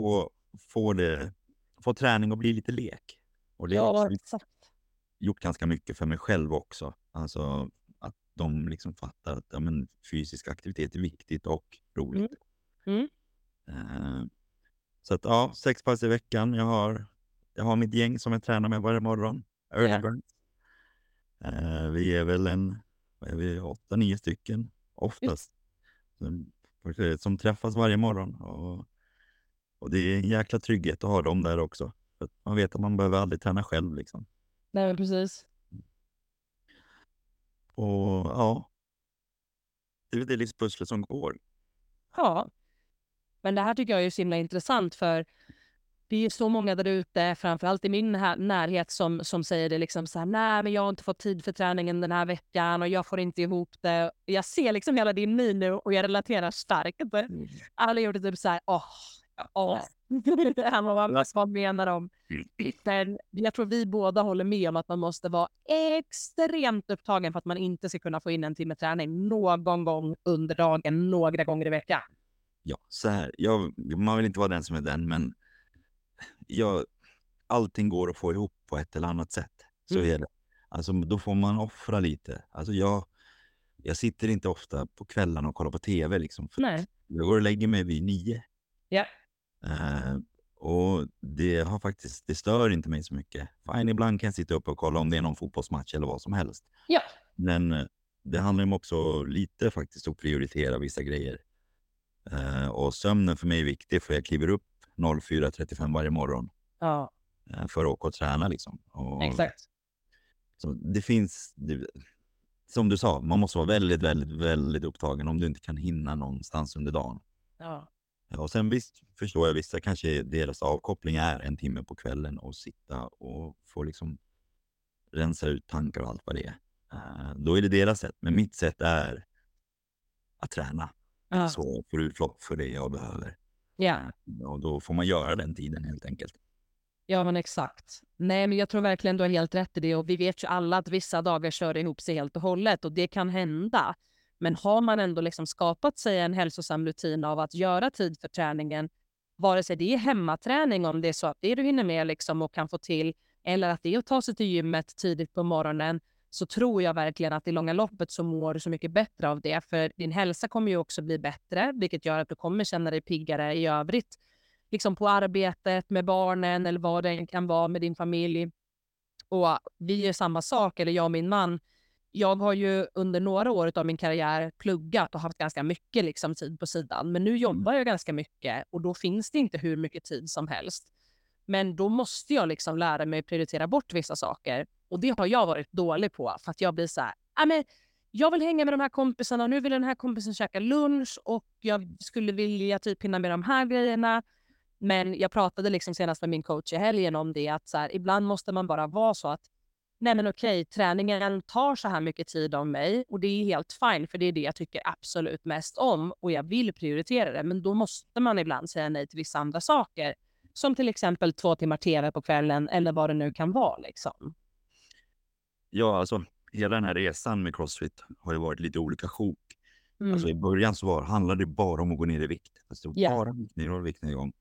få träning och bli lite lek. Och det har gjort ganska mycket för mig själv också. Alltså att de liksom fattar att fysisk aktivitet är viktigt och roligt. Så att 6 pass i veckan. Jag har mitt gäng som jag tränar med varje morgon. Vi är väl 8-9 stycken oftast. som träffas varje morgon. Och det är en jäkla trygghet att ha dem där också. För att man vet att man behöver aldrig träna själv liksom. Nej, men precis. Och ja, det är det livspusslet som går. Ja, men det här tycker jag är så himla intressant, för det är ju så många där ute, framförallt i min närhet, som säger det liksom så här: nej, men jag har inte fått tid för träningen den här veckan och jag får inte ihop det. Jag ser liksom hela din min nu och jag relaterar starkt. Alla gjorde typ så här: vad menar de? Jag tror vi båda håller med om att man måste vara extremt upptagen för att man inte ska kunna få in en timme träning någon gång under dagen, några gånger i veckan. Ja, så här. Man vill inte vara den som är den, men allting går att få ihop på ett eller annat sätt. Så är det. Alltså, då får man offra lite. Alltså, jag sitter inte ofta på kvällarna och kollar på tv liksom. För Nej. Jag går och lägger mig vid 9. Ja. Och det stör inte mig så mycket. Fine, ibland kan jag sitta upp och kolla om det är någon fotbollsmatch eller vad som helst. Ja. Men det handlar om också lite faktiskt att prioritera vissa grejer. Och sömnen för mig är viktig, för jag kliver upp 04:35 varje morgon. Ja. För att åka och träna liksom. Exakt. Så det finns, som du sa, man måste vara väldigt, väldigt, väldigt upptagen om du inte kan hinna någonstans under dagen. Ja. Och sen visst förstår jag, vissa kanske deras avkoppling är 1 timme på kvällen och sitta och få liksom rensa ut tankar och allt vad det är. Då är det deras sätt. Men mitt sätt är att träna. Ja. Så får utlopp för det jag behöver. Ja. Och då får man göra den tiden helt enkelt. Ja, men exakt. Nej, men jag tror verkligen du har helt rätt i det. Och vi vet ju alla att vissa dagar kör ihop sig helt och hållet. Och det kan hända. Men har man ändå liksom skapat sig en hälsosam rutin av att göra tid för träningen, vare sig det är hemmaträning, om det är så att det du hinner med liksom och kan få till, eller att det är att ta sig till gymmet tidigt på morgonen, så tror jag verkligen att i långa loppet så mår du så mycket bättre av det. För din hälsa kommer ju också bli bättre, vilket gör att du kommer känna dig piggare i övrigt. Liksom på arbetet, med barnen eller vad det kan vara med din familj. Och vi gör samma sak, eller jag och min man. Jag har ju under några år av min karriär pluggat och haft ganska mycket liksom tid på sidan. Men nu jobbar jag ganska mycket och då finns det inte hur mycket tid som helst. Men då måste jag liksom lära mig att prioritera bort vissa saker. Och det har jag varit dålig på, för att jag blir så här: jag vill hänga med de här kompisarna och nu vill den här kompisen käka lunch och jag skulle vilja typ hinna med de här grejerna. Men jag pratade liksom senast med min coach i helgen om det, att så här, ibland måste man bara vara så att nej, men okej, träningen tar så här mycket tid av mig och det är helt fine, för det är det jag tycker absolut mest om och jag vill prioritera det. Men då måste man ibland säga nej till vissa andra saker, som till exempel 2 timmar tv på kvällen eller vad det nu kan vara liksom. Ja, alltså hela den här resan med CrossFit har ju varit lite olika sjok. Alltså i början så handlade det bara om att gå ner i vikt. Alltså bara ner och vikten igång.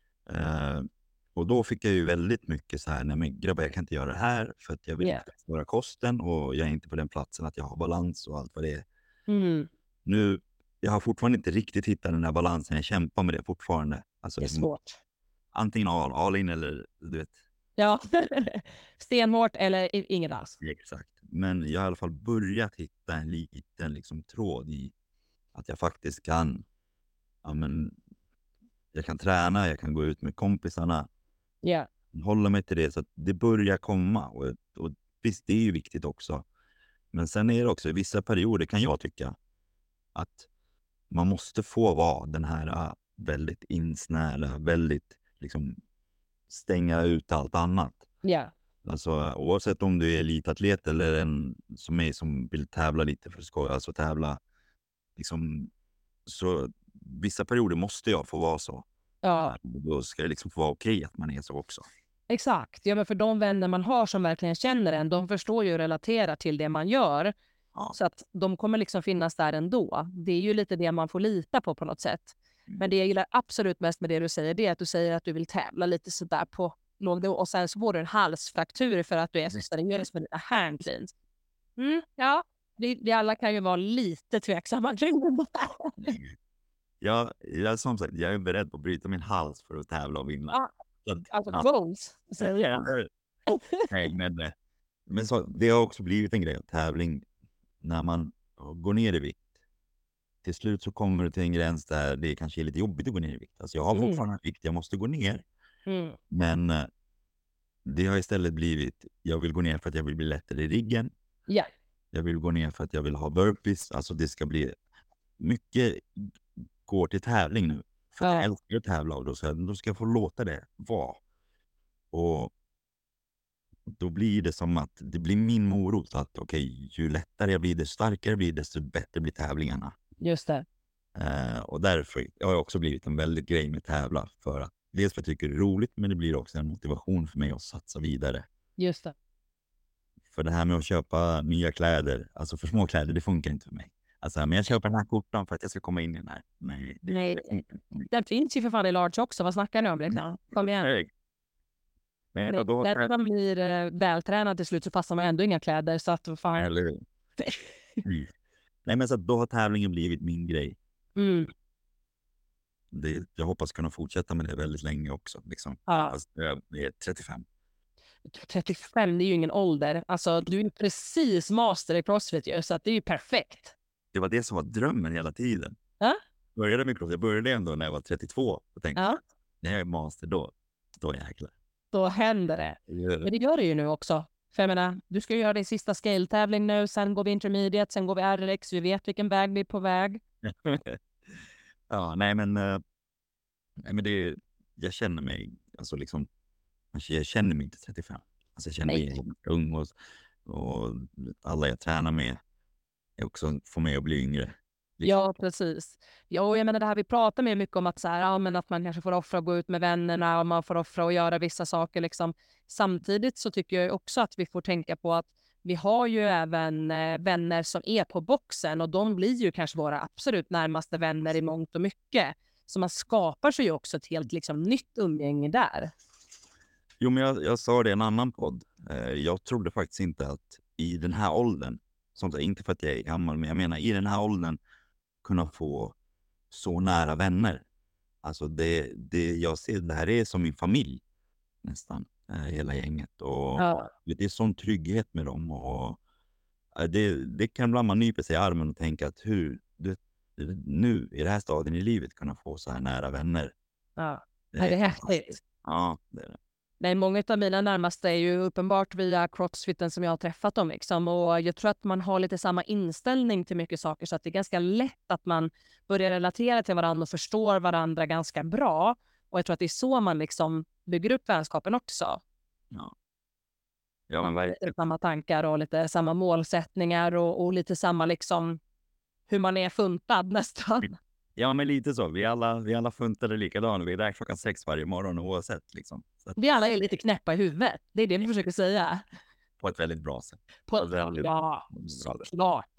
Och då fick jag ju väldigt mycket så här: nej men grabbar, jag kan inte göra det här för att jag vill inte föra kosten och jag är inte på den platsen att jag har balans och allt vad det är. Nu, jag har fortfarande inte riktigt hittat den här balansen, jag kämpar med det fortfarande. Alltså, det är svårt. Antingen all in eller du vet. Ja, stenhårt eller inget alls. Exakt. Men jag har i alla fall börjat hitta en liten liksom tråd i att jag faktiskt kan, jag kan träna, jag kan gå ut med kompisarna. Ja. Hålla mig till det, så att det börjar komma. Och visst, det är ju viktigt också. Men sen är det också i vissa perioder, kan jag tycka, att man måste få vara den här väldigt insnära, väldigt liksom stänga ut allt annat. Ja. Alltså oavsett om du är elitatlet eller en som mig som vill tävla lite för skoj, alltså tävla liksom, så vissa perioder måste jag få vara så. Ja. Då ska det liksom få vara okej att man är så också. Exakt. Ja, men för de vänner man har som verkligen känner en, de förstår ju och relaterar till det man gör. Ja. Så att de kommer liksom finnas där ändå. Det är ju lite det man får lita på något sätt. Men det jag gillar absolut mest med det du säger, det är att du säger att du vill tävla lite sådär på låg nivå. Och sen så får du en halsfraktur för att du är så seriös med dina handcleans. Ja, det alla kan ju vara lite tveksamma kring det. Jag som sagt, jag är beredd på att bryta min hals för att tävla och vinna. Alltså goals. Men så, det har också blivit en grej av tävling när man går ner i vikt. till slut så kommer det till en gräns där det kanske är lite jobbigt att gå ner i vikt. Alltså jag har fortfarande vikt, jag måste gå ner. Men det har istället blivit, jag vill gå ner för att jag vill bli lättare i ryggen. Ja. Jag vill gå ner för att jag vill ha burpees. Alltså det ska bli mycket går till tävling nu. För jag älskar att tävla och då ska jag få låta det vara. Och då blir det som att det blir min morot att okej, ju lättare jag blir, desto starkare jag blir, desto bättre blir tävlingarna. Just det. Och därför har jag också blivit en väldigt grej med tävla. För att dels för att jag tycker det är roligt, men det blir också en motivation för mig att satsa vidare. Just det. För det här med att köpa nya kläder, alltså för små kläder, det funkar inte för mig. Alltså, men jag köper den här kortan för att jag ska komma in i den här. Nej, den finns ju för fan i large också. Vad snackar ni om? Liksom? Kom igen. Men då när man blir vältränad till slut så passar man ändå inga kläder. Så att fan... Eller... Nej, men så då har tävlingen blivit min grej. Jag hoppas kunna fortsätta med det väldigt länge också. Liksom. Alltså, jag är 35. 35, det är ju ingen ålder. Alltså, du är precis master i CrossFit ju, så att det är ju perfekt. Det var det som var drömmen hela tiden. Började med CrossFit. Jag började ändå när jag var 32 och tänkte, när jag är master då jäklar. Då händer det. Men det gör det ju nu också. För jag menar, du ska ju göra din sista scale-tävling nu, sen går vi intermediate, sen går vi RLX, vi vet vilken väg vi är på väg. Ja, nej men det, jag känner mig, alltså liksom, jag känner mig inte 35. Alltså jag känner mig ung och alla jag tränar med är också får mig att bli yngre. Liksom. Ja, precis. Ja, och jag menar det här vi pratar med mycket om att så här, ja, men att man kanske får offra att gå ut med vännerna och man får offra att göra vissa saker liksom. Samtidigt så tycker jag också att vi får tänka på att vi har ju även vänner som är på boxen och de blir ju kanske våra absolut närmaste vänner i mångt och mycket. Så man skapar sig ju också ett helt liksom nytt umgänge där. Jo, men jag sa det i en annan podd. Jag trodde faktiskt inte att i den här åldern, som inte för att jag är gammal, men jag menar i den här åldern kunna få så nära vänner. Alltså jag ser det här är som min familj nästan, hela gänget. Och det är sån trygghet med dem. Och det kan ibland man nyper sig i armen och tänka att nu i det här stadion i livet kunna få så här nära vänner. Ja, det är häftigt. Ja, det är det. Nej, många av mina närmaste är ju uppenbart via CrossFiten som jag har träffat dem liksom. Och jag tror att man har lite samma inställning till mycket saker så att det är ganska lätt att man börjar relatera till varandra och förstår varandra ganska bra. Och jag tror att det är så man liksom bygger upp vänskapen också. Ja, men verkligen. Samma tankar och lite samma målsättningar och lite samma liksom hur man är funtad nästan. Ja, men lite så. Vi alla funtade likadant. Vi är där 6:00 varje morgon oavsett. Liksom. Så att... Vi alla är lite knäppa i huvudet. Det är det vi försöker säga. På ett väldigt bra sätt. Ja, såklart.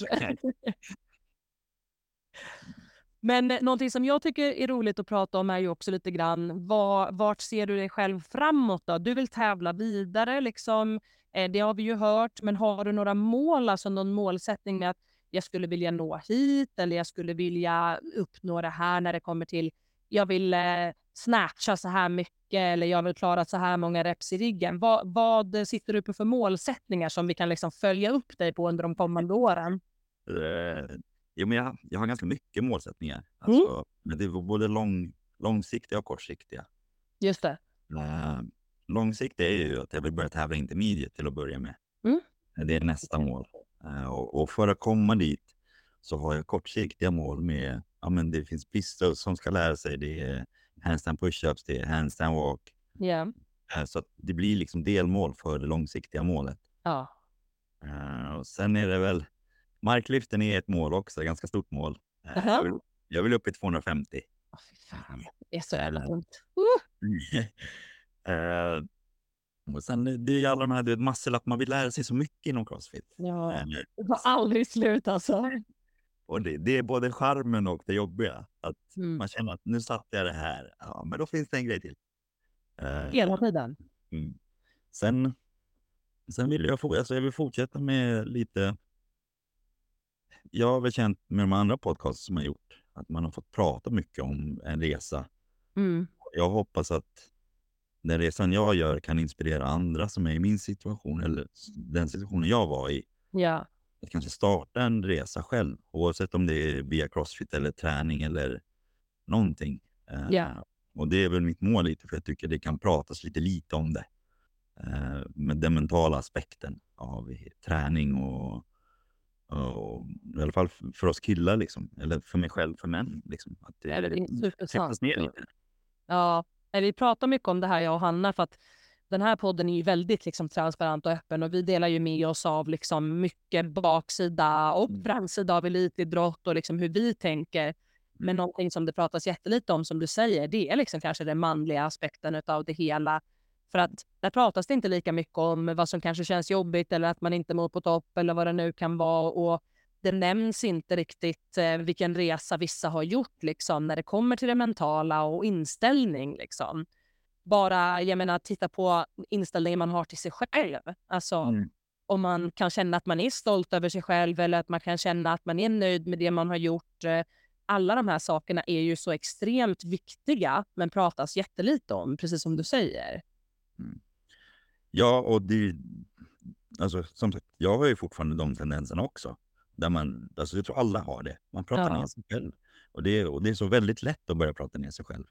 Men någonting som jag tycker är roligt att prata om är ju också lite grann vart ser du dig själv framåt då? Du vill tävla vidare liksom. Det har vi ju hört. Men har du några mål, alltså någon målsättning med att jag skulle vilja nå hit eller jag skulle vilja uppnå det här när det kommer till jag vill snatcha så här mycket eller jag vill klara så här många reps i ryggen. Vad sitter du på för målsättningar som vi kan liksom följa upp dig på under de kommande åren? Jo, men jag har ganska mycket målsättningar. Alltså, men det är både långsiktiga och kortsiktiga. Just det. Långsiktiga är ju att jag vill börja tävla intermediate till att börja med. Det är nästa mål. Och för att komma dit så har jag kortsiktiga mål med, ja men det finns pistols som ska lära sig, det är handstand push-ups, det är handstand walk. Yeah. Så att det blir liksom delmål för det långsiktiga målet. Ja. Och sen är det väl, marklyften är ett mål också, ett ganska stort mål. Jag vill upp i 250. Fan, det är så jävla tungt. Och sen det är alla de här muscle-up, man vill lära sig så mycket inom CrossFit. Ja, det var aldrig slut alltså. Och det är både charmen och det jobbiga. Att man känner att nu satte jag det här. Ja, men då finns det en grej till. Hela tiden. Sen vill jag vill fortsätta med lite. Jag har väl känt med de andra podcasts som jag gjort att man har fått prata mycket om en resa. Jag hoppas att den resan jag gör kan inspirera andra som är i min situation eller den situationen jag var i. Ja. att kanske starta en resa själv, oavsett om det är via CrossFit eller träning eller någonting. Och det är väl mitt mål lite, för jag tycker det kan pratas lite om det. Med den mentala aspekten av träning och i alla fall för oss killar liksom, eller för mig själv, för män liksom, att det är supersant. ner lite. Ja, vi pratar mycket om det här, jag och Hanna, för att den här podden är ju väldigt liksom transparent och öppen, och vi delar ju med oss av liksom mycket baksida och framsida av elitidrott och liksom hur vi tänker. Men någonting som det pratas jättelite om, som du säger, det är liksom kanske den manliga aspekten av det hela. För att där pratas det inte lika mycket om vad som kanske känns jobbigt, eller att man inte mår på topp, eller vad det nu kan vara. Och det nämns inte riktigt vilken resa vissa har gjort liksom, när det kommer till det mentala och inställning. Liksom. Bara, jag menar, titta på inställningen man har till sig själv. Alltså, om man kan känna att man är stolt över sig själv, eller att man kan känna att man är nöjd med det man har gjort. Alla de här sakerna är ju så extremt viktiga, men pratas jättelite om, precis som du säger. Ja, och det, alltså, som sagt, jag har ju fortfarande de tendenserna också. Där man, alltså jag tror alla har det. Man pratar ner sig själv. Och det är så väldigt lätt att börja prata ner sig själv.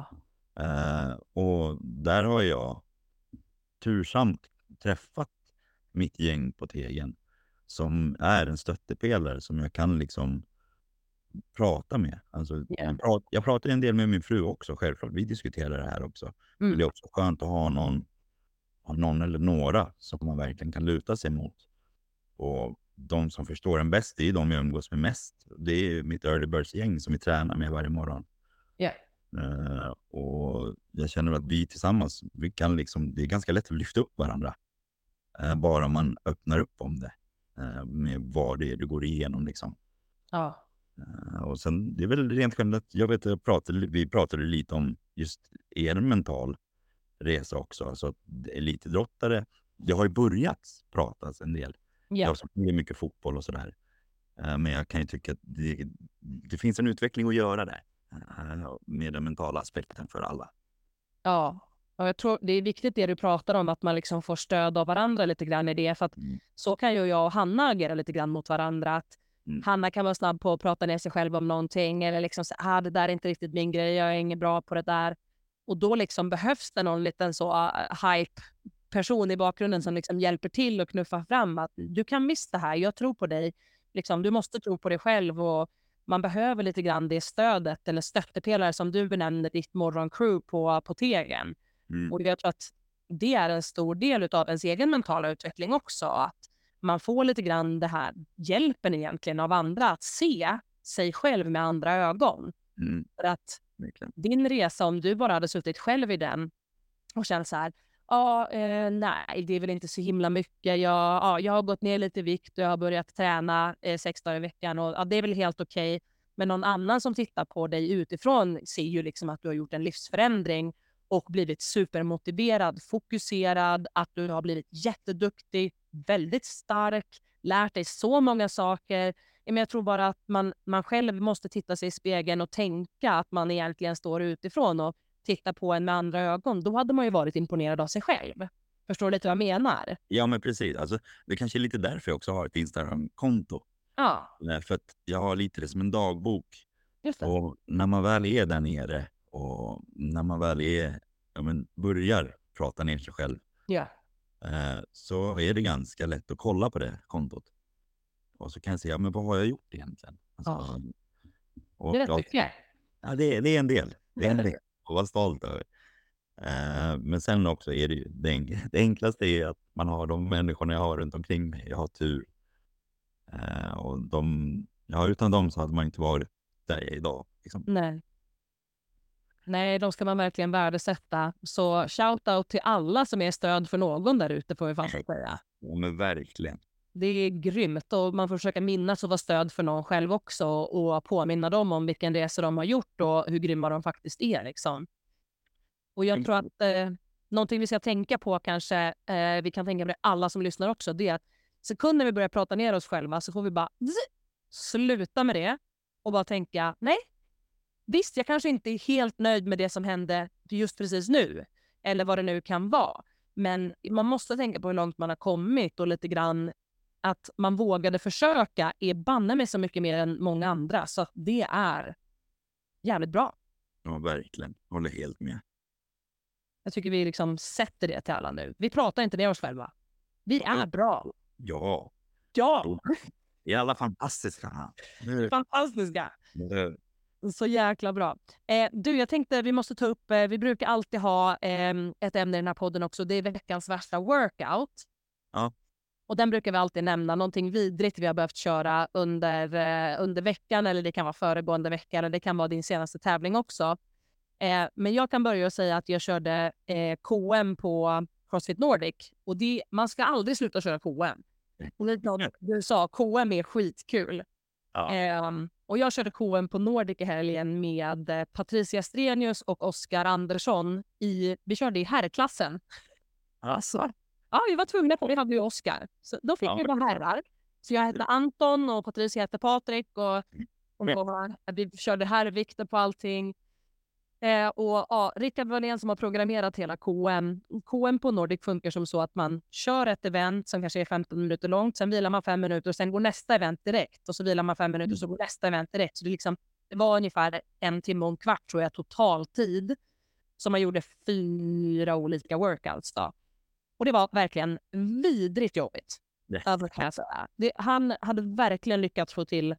Och där har jag tursamt träffat mitt gäng på Tegen, som är en stöttepelare som jag kan liksom prata med. Alltså, jag pratar en del med min fru också, självklart. Vi diskuterar det här också. Men det är också skönt att ha någon eller några som man verkligen kan luta sig mot. Och de som förstår en bäst, det är de jag umgås med mest. Det är mitt Early Birds-gäng som vi tränar med varje morgon. Och jag känner att vi tillsammans, vi kan liksom, det är ganska lätt att lyfta upp varandra. Bara man öppnar upp om det. Med vad det är du går igenom liksom. Och sen, det är väl rent generellt, jag vet att vi pratade lite om just er mental resa också. Alltså elitidrottare, det har ju börjat pratas en del. Jag som är mycket fotboll och sådär. Men jag kan ju tycka att det finns en utveckling att göra där. Med den mentala aspekten för alla. Ja, och jag tror det är viktigt det du pratar om, att man liksom får stöd av varandra lite grann i det. För att så kan ju jag och Hanna agera lite grann mot varandra. Att Hanna kan vara snabb på att prata ner sig själv om någonting. Eller liksom säga, det där är inte riktigt min grej, jag är ingen bra på det där. Och då liksom behövs det någon liten så hype-person i bakgrunden som liksom hjälper till och knuffar fram att du kan missa det här, jag tror på dig. Liksom, du måste tro på dig själv, och man behöver lite grann det stödet eller stöttepelare som du benämner ditt morgoncrew på Tegen. Och jag tror att det är en stor del av ens egen mentala utveckling också. Att man får lite grann det här hjälpen egentligen av andra att se sig själv med andra ögon. För att din resa, om du bara hade suttit själv i den och känt så här, nej, det är väl inte så himla mycket. Jag har gått ner lite i vikt och jag har börjat träna 6 dagar i veckan och det är väl helt okej. Men någon annan som tittar på dig utifrån ser ju liksom att du har gjort en livsförändring och blivit supermotiverad, fokuserad, att du har blivit jätteduktig, väldigt stark, lärt dig så många saker. Men jag tror bara att man själv måste titta sig i spegeln och tänka att man egentligen står utifrån och titta på en med andra ögon. Då hade man ju varit imponerad av sig själv. Förstår du lite vad jag menar? Ja, men precis. Alltså, det kanske är lite därför jag också har ett Instagram-konto. För att jag har lite det som en dagbok. Just det. Och när man väl är där nere och när man väl börjar prata ner sig själv, så är det ganska lätt att kolla på det kontot. Och så kan jag säga, men vad har jag gjort egentligen? Alltså, det är rätt mycket. Ja, det är en del. Det är en del att vara stolt över. Men sen också är det ju det enklaste är att man har de människorna jag har runt omkring mig. Jag har tur. Och utan dem så hade man inte varit där jag är idag. Liksom. Nej, de ska man verkligen värdesätta. Så shout out till alla som är stöd för någon där ute, får vi fan säga. Ja, men verkligen. Det är grymt, och man får försöka minnas och vara stöd för någon själv också och påminna dem om vilken resa de har gjort och hur grymma de faktiskt är. Liksom. Och jag tror att någonting vi ska tänka på kanske, vi kan tänka på det alla som lyssnar också, det är att sekunder vi börjar prata ner oss själva så får vi bara sluta med det och bara tänka, nej, visst, jag kanske inte är helt nöjd med det som hände just precis nu, eller vad det nu kan vara. Men man måste tänka på hur långt man har kommit och lite grann att man vågade försöka är banne med så mycket mer än många andra. Så att det är jävligt bra. Ja, verkligen. Håller helt med. Jag tycker vi liksom sätter det till alla nu. Vi pratar inte ner oss själva. Vi är bra. Ja. Ja. I alla fantastiska. Fantastiska. Så jäkla bra. Du, jag tänkte vi måste ta upp, vi brukar alltid ha ett ämne i den här podden också. Det är veckans värsta workout. Ja. Och den brukar vi alltid nämna. Någonting vidrigt vi har behövt köra under veckan. Eller det kan vara föregående vecka. Eller det kan vara din senaste tävling också. Men jag kan börja och säga att jag körde KM på CrossFit Nordic. Och man ska aldrig sluta köra KM. Och du sa, KM är skitkul. Ja. Och jag körde KM på Nordic i helgen med Patricia Strenius och Oskar Andersson. Vi körde i herrklassen. Alltså. Ja, vi var tvungna på, vi hade ju Oskar. Så då fick vi vara herrar. Så jag hette Anton och Patricia hette Patrik. Och vi körde herrvikter på allting. Rickard Wallén som har programmerat hela KM. KM på Nordic funkar som så att man kör ett event som kanske är 15 minuter långt. Sen vilar man 5 minuter och sen går nästa event direkt. Och så vilar man 5 minuter och så går nästa event direkt. Så det var ungefär 1 timme och en kvart tror jag totaltid. Som man gjorde 4 olika workouts då. Och det var verkligen vidrigt jobbigt. Han hade verkligen lyckats få till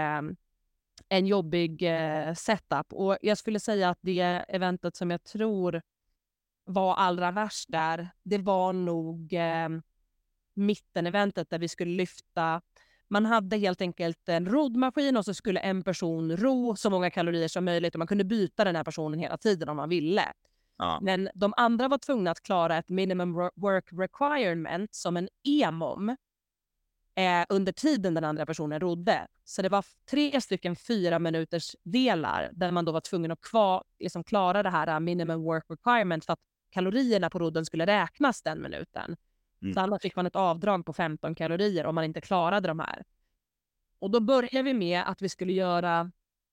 en jobbig setup. Och jag skulle säga att det eventet som jag tror var allra värst där, det var nog mitten-eventet där vi skulle lyfta. Man hade helt enkelt en roddmaskin och så skulle en person ro så många kalorier som möjligt och man kunde byta den här personen hela tiden om man ville. Ja. Men de andra var tvungna att klara ett minimum work requirement som en EMOM under tiden den andra personen rodde. Så det var 3 stycken 4 minuters delar där man då var tvungen att klara det här minimum work requirement för att kalorierna på rodden skulle räknas den minuten. Så annars fick man ett avdrag på 15 kalorier om man inte klarade de här. Och då började vi med att vi skulle göra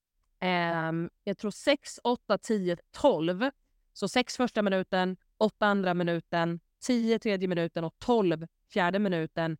jag tror 6, 8, 10, 12. Så 6 första minuten, 8 andra minuten, 10 tredje minuten och 12 fjärde minuten.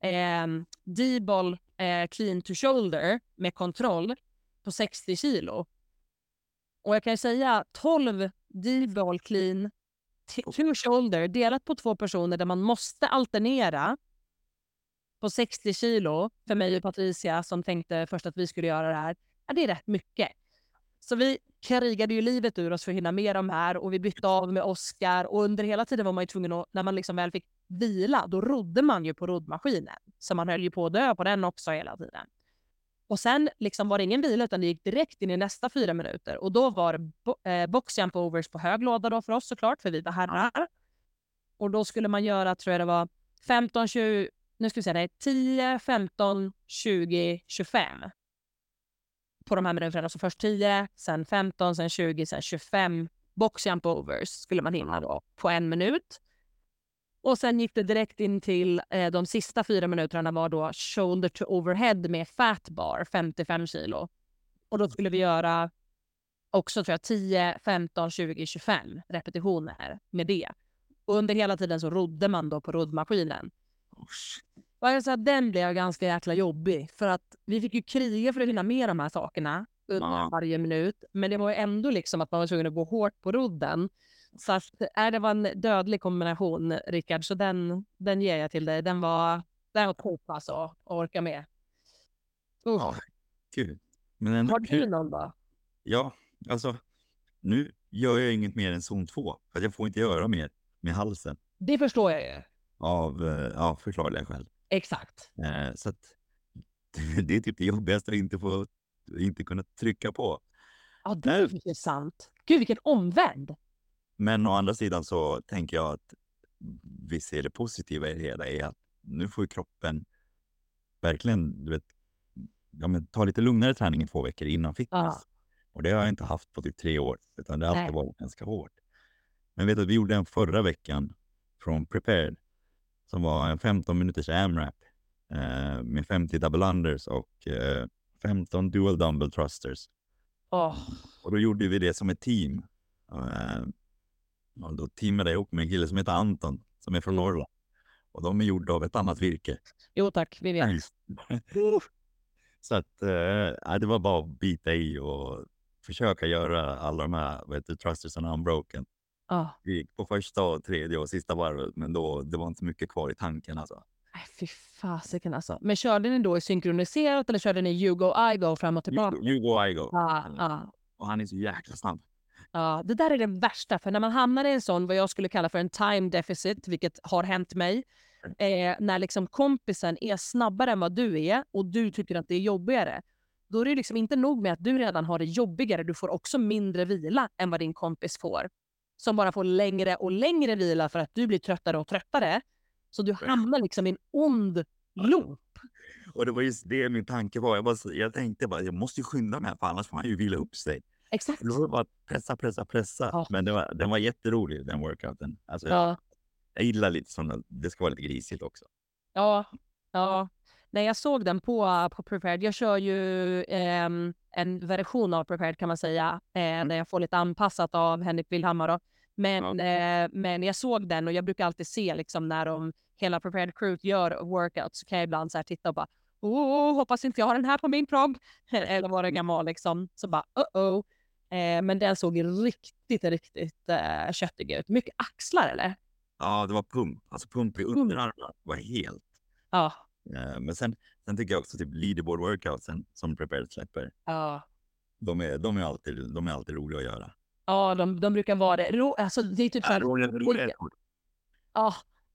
D-ball clean to shoulder med kontroll på 60 kilo. Och jag kan säga 12 D-ball clean to shoulder delat på 2 personer där man måste alternera på 60 kilo för mig och Patricia som tänkte först att vi skulle göra det här. Ja, det är rätt mycket. Så vi krigade ju livet ur oss för att hinna med de här och vi bytte av med Oskar och under hela tiden var man ju tvungen att, när man liksom väl fick vila, då rodde man ju på roddmaskinen. Så man höll ju på att dö på den också hela tiden. Och sen liksom var det ingen vila utan det gick direkt in i nästa 4 minuter. Och då var det boxjump overs på hög låda då för oss såklart, för vi var herrar. Och då skulle man göra, tror jag det var 15, 20, nu ska vi säga det, 10, 15, 20, 25. På de här minuterna, så först 10, sen 15, sen 20, sen 25 boxjump overs skulle man hinna då på 1 minut. Och sen gick det direkt in till de sista 4 minuterna var då shoulder to overhead med fat bar, 55 kilo. Och då skulle vi göra också tror jag 10, 15, 20, 25 repetitioner med det. Och under hela tiden så rodde man då på roddmaskinen. Och jag sa att den blev ganska jäkla jobbig. För att vi fick ju kriga för att hinna med de här sakerna under varje minut. Men det var ju ändå liksom att man var tvungen att gå hårt på rodden. Så att, det var en dödlig kombination, Rickard. Så den ger jag till dig. Den var topp alltså att orka med. Ja, kul. Men har du någon då? Ja, alltså nu gör jag inget mer än zon 2. För att jag får inte göra mer med halsen. Det förstår jag ju. Av förklarliga skäl. Exakt. Så att det är typ det jobbigaste att inte kunna trycka på. Ja, det är ju sant. Gud, vilken omvänd. Men å andra sidan så tänker jag att vi ser det positiva i det hela är att nu får kroppen verkligen, du vet, ta lite lugnare träning i 2 veckor innan fitness. Och det har jag inte haft på typ 3 år, utan det har alltid varit ganska hårt. Men vet du, vi gjorde en förra veckan från Prepared som var en 15 minuters AMRAP med 50 double unders och 15 dual dumbbell thrusters. Och då gjorde vi det som ett team. Och då teamade jag ihop med en kille som heter Anton som är från Norrland. Och de är gjorda av ett annat virke. Jo tack, vi vet. Så att det var bara att bita i och försöka göra alla de här thrusters and unbroken. Vi gick på första och tredje och sista varvet, men då det var inte mycket kvar i tanken alltså. Nej, fy fasiken alltså. Men körde ni då i synkroniserat eller körde ni you go, I go fram och tillbaka? You go, I go. Och han är så jäkla snabb. Ja, det där är det värsta. För när man hamnar i en sån, vad jag skulle kalla för en time deficit, vilket har hänt mig, när liksom kompisen är snabbare än vad du är och du tycker att det är jobbigare, då är det liksom inte nog med att du redan har det jobbigare, du får också mindre vila än vad din kompis får. Som bara får längre och längre vila för att du blir tröttare och tröttare. Så du hamnar liksom i en ond loop. Och det var just det min tanke var. Jag tänkte bara, jag måste ju skynda mig för annars får man ju vila upp sig. Exakt. Det var bara pressa. Ja. Men den var jätterolig, den workouten. Alltså, jag gillar lite sådana, det ska vara lite grisigt också. Ja. När jag såg den på Prepared, jag kör ju en version av Prepared kan man säga, där jag får lite anpassat av Henrik Wilhammar då. Men jag såg den och jag brukar alltid se liksom när hela Prepared Crew gör workouts, så kan jag ibland så här titta och bara hoppas inte jag har den här på min prog eller vad det gammal liksom. Så bara men den såg riktigt köttig ut. Mycket axlar eller? Ja, det var pump. Alltså pump i underarmarna var helt. Ja. Men sen tycker jag också typ leaderboard workoutsen som Prepared släpper. Ja. De är alltid roliga att göra. Ja, de brukar vara det. Alltså det är typ så här. Ja.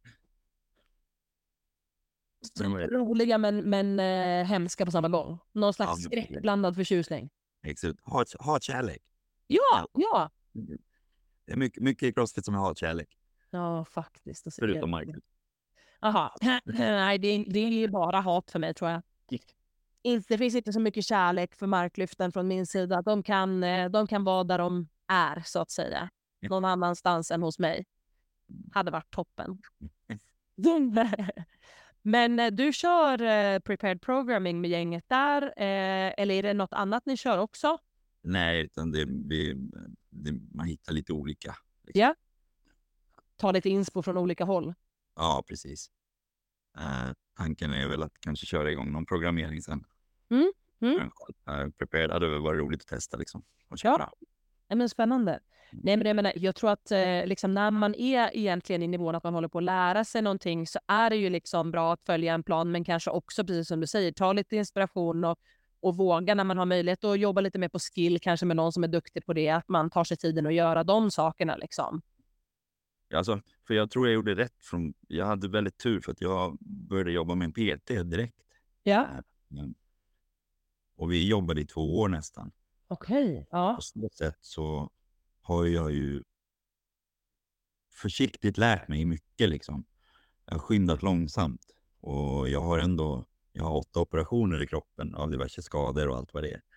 Roliga men hemska på samma gång. Någon slags skräckblandad förtjusning. Exakt. Hatkärlek. Ja. Det är mycket i CrossFit som är hatkärlek. Ja, faktiskt. Förutom Michael. Jaha. Nej, det är bara hat för mig tror jag. Det finns inte så mycket kärlek för marklyften från min sida. De kan vara där de är så att säga. Någon annanstans än hos mig. Hade varit toppen. Men du kör prepared programming med gänget där, eller är det något annat ni kör också? Nej, utan man hittar lite olika. Liksom. Ja. Ta lite inspo från olika håll. Ja, precis. Tanken är väl att kanske köra igång någon programmering sen. Prepared hade väl varit roligt att testa liksom. Och köra. Ja, men spännande. Nej, men jag tror att liksom, när man är egentligen i nivån att man håller på att lära sig någonting så är det ju liksom bra att följa en plan, men kanske också precis som du säger, ta lite inspiration och våga när man har möjlighet att jobba lite mer på skill, kanske med någon som är duktig på det, att man tar sig tiden att göra de sakerna liksom. Alltså, för jag tror jag gjorde rätt jag hade väldigt tur för att jag började jobba med en PT direkt. Ja. Och vi jobbade i 2 år nästan. Okej, ja. På så sätt så har jag ju försiktigt lärt mig mycket liksom. Jag har skyndat långsamt. Och jag har 8 operationer i kroppen av diverse skador och allt vad det är.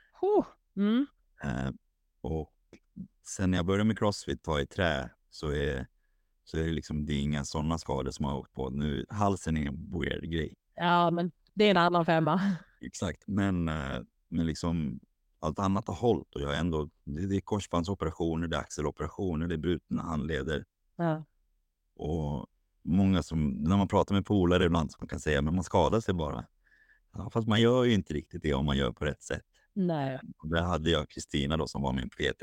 Och sen när jag började med CrossFit, ta i trä, så är det liksom, det är inga sådana skador som har åkt på. Nu, halsen är en weird grej. Ja, men det är en annan femma. Exakt, men liksom allt annat har hållit och jag är ändå, det är korsbandsoperationer, det är axeloperationer, det är brutna handleder. Ja. Och många när man pratar med polare ibland som kan säga, men man skadar sig bara. Ja, fast man gör ju inte riktigt det om man gör på rätt sätt. Nej. Och där hade jag Kristina då som var min PT.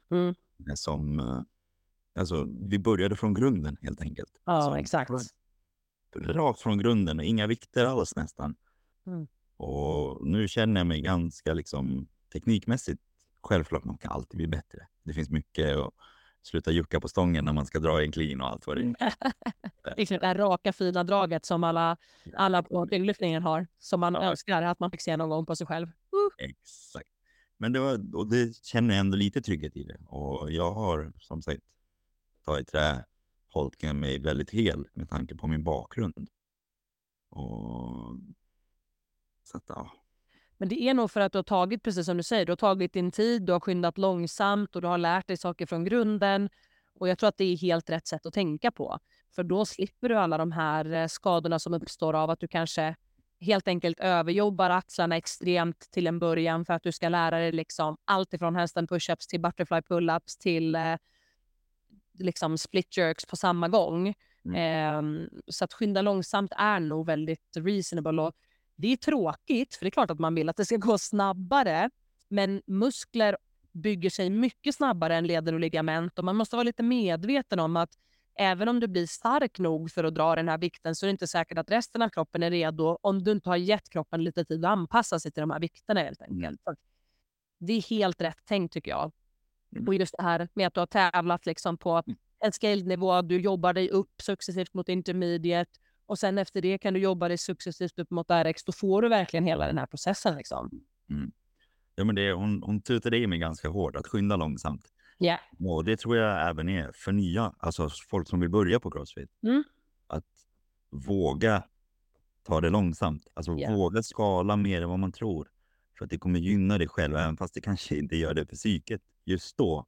Alltså, vi började från grunden helt enkelt. Ja, exakt. Rakt från grunden, inga vikter alls nästan. Och nu känner jag mig ganska liksom teknikmässigt, självklart man kan alltid bli bättre. Det finns mycket att sluta jucka på stången när man ska dra en clean och allt vad det är. Det där raka fina draget som alla på tyngdlyftningen har, som man önskar att man fick se någon gång på sig själv. Exakt. Men det känner jag ändå lite trygghet i det. Och jag har som sagt tagit trä, hållit mig väldigt hel med tanke på min bakgrund. Och så att, ja. Men det är nog för att du har tagit, precis som du säger, du har tagit din tid, du har skyndat långsamt och du har lärt dig saker från grunden. Och jag tror att det är helt rätt sätt att tänka på. För då slipper du alla de här skadorna som uppstår av att du kanske helt enkelt överjobbar axlarna extremt till en början för att du ska lära dig liksom allt ifrån handstand push-ups till butterfly pull-ups till liksom split jerks på samma gång. Så att skynda långsamt är nog väldigt reasonable. Och det är tråkigt, för det är klart att man vill att det ska gå snabbare. Men muskler bygger sig mycket snabbare än leder och ligament. Och man måste vara lite medveten om att även om du blir stark nog för att dra den här vikten så är det inte säkert att resten av kroppen är redo om du inte har gett kroppen lite tid att anpassa sig till de här vikterna helt enkelt. Det är helt rätt tänkt tycker jag. Och just det här med att du har tävlat liksom på en scale-nivå, du jobbar dig upp successivt mot intermediate och sen efter det kan du jobba dig successivt upp mot RX. Då får du verkligen hela den här processen liksom. Ja, men hon tutade i mig ganska hårt att skynda långsamt. Yeah. Och det tror jag även är för nya, alltså folk som vill börja på CrossFit. Att våga ta det långsamt. Alltså våga skala mer än vad man tror. För att det kommer gynna dig själv, även fast det kanske inte gör det för psyket just då.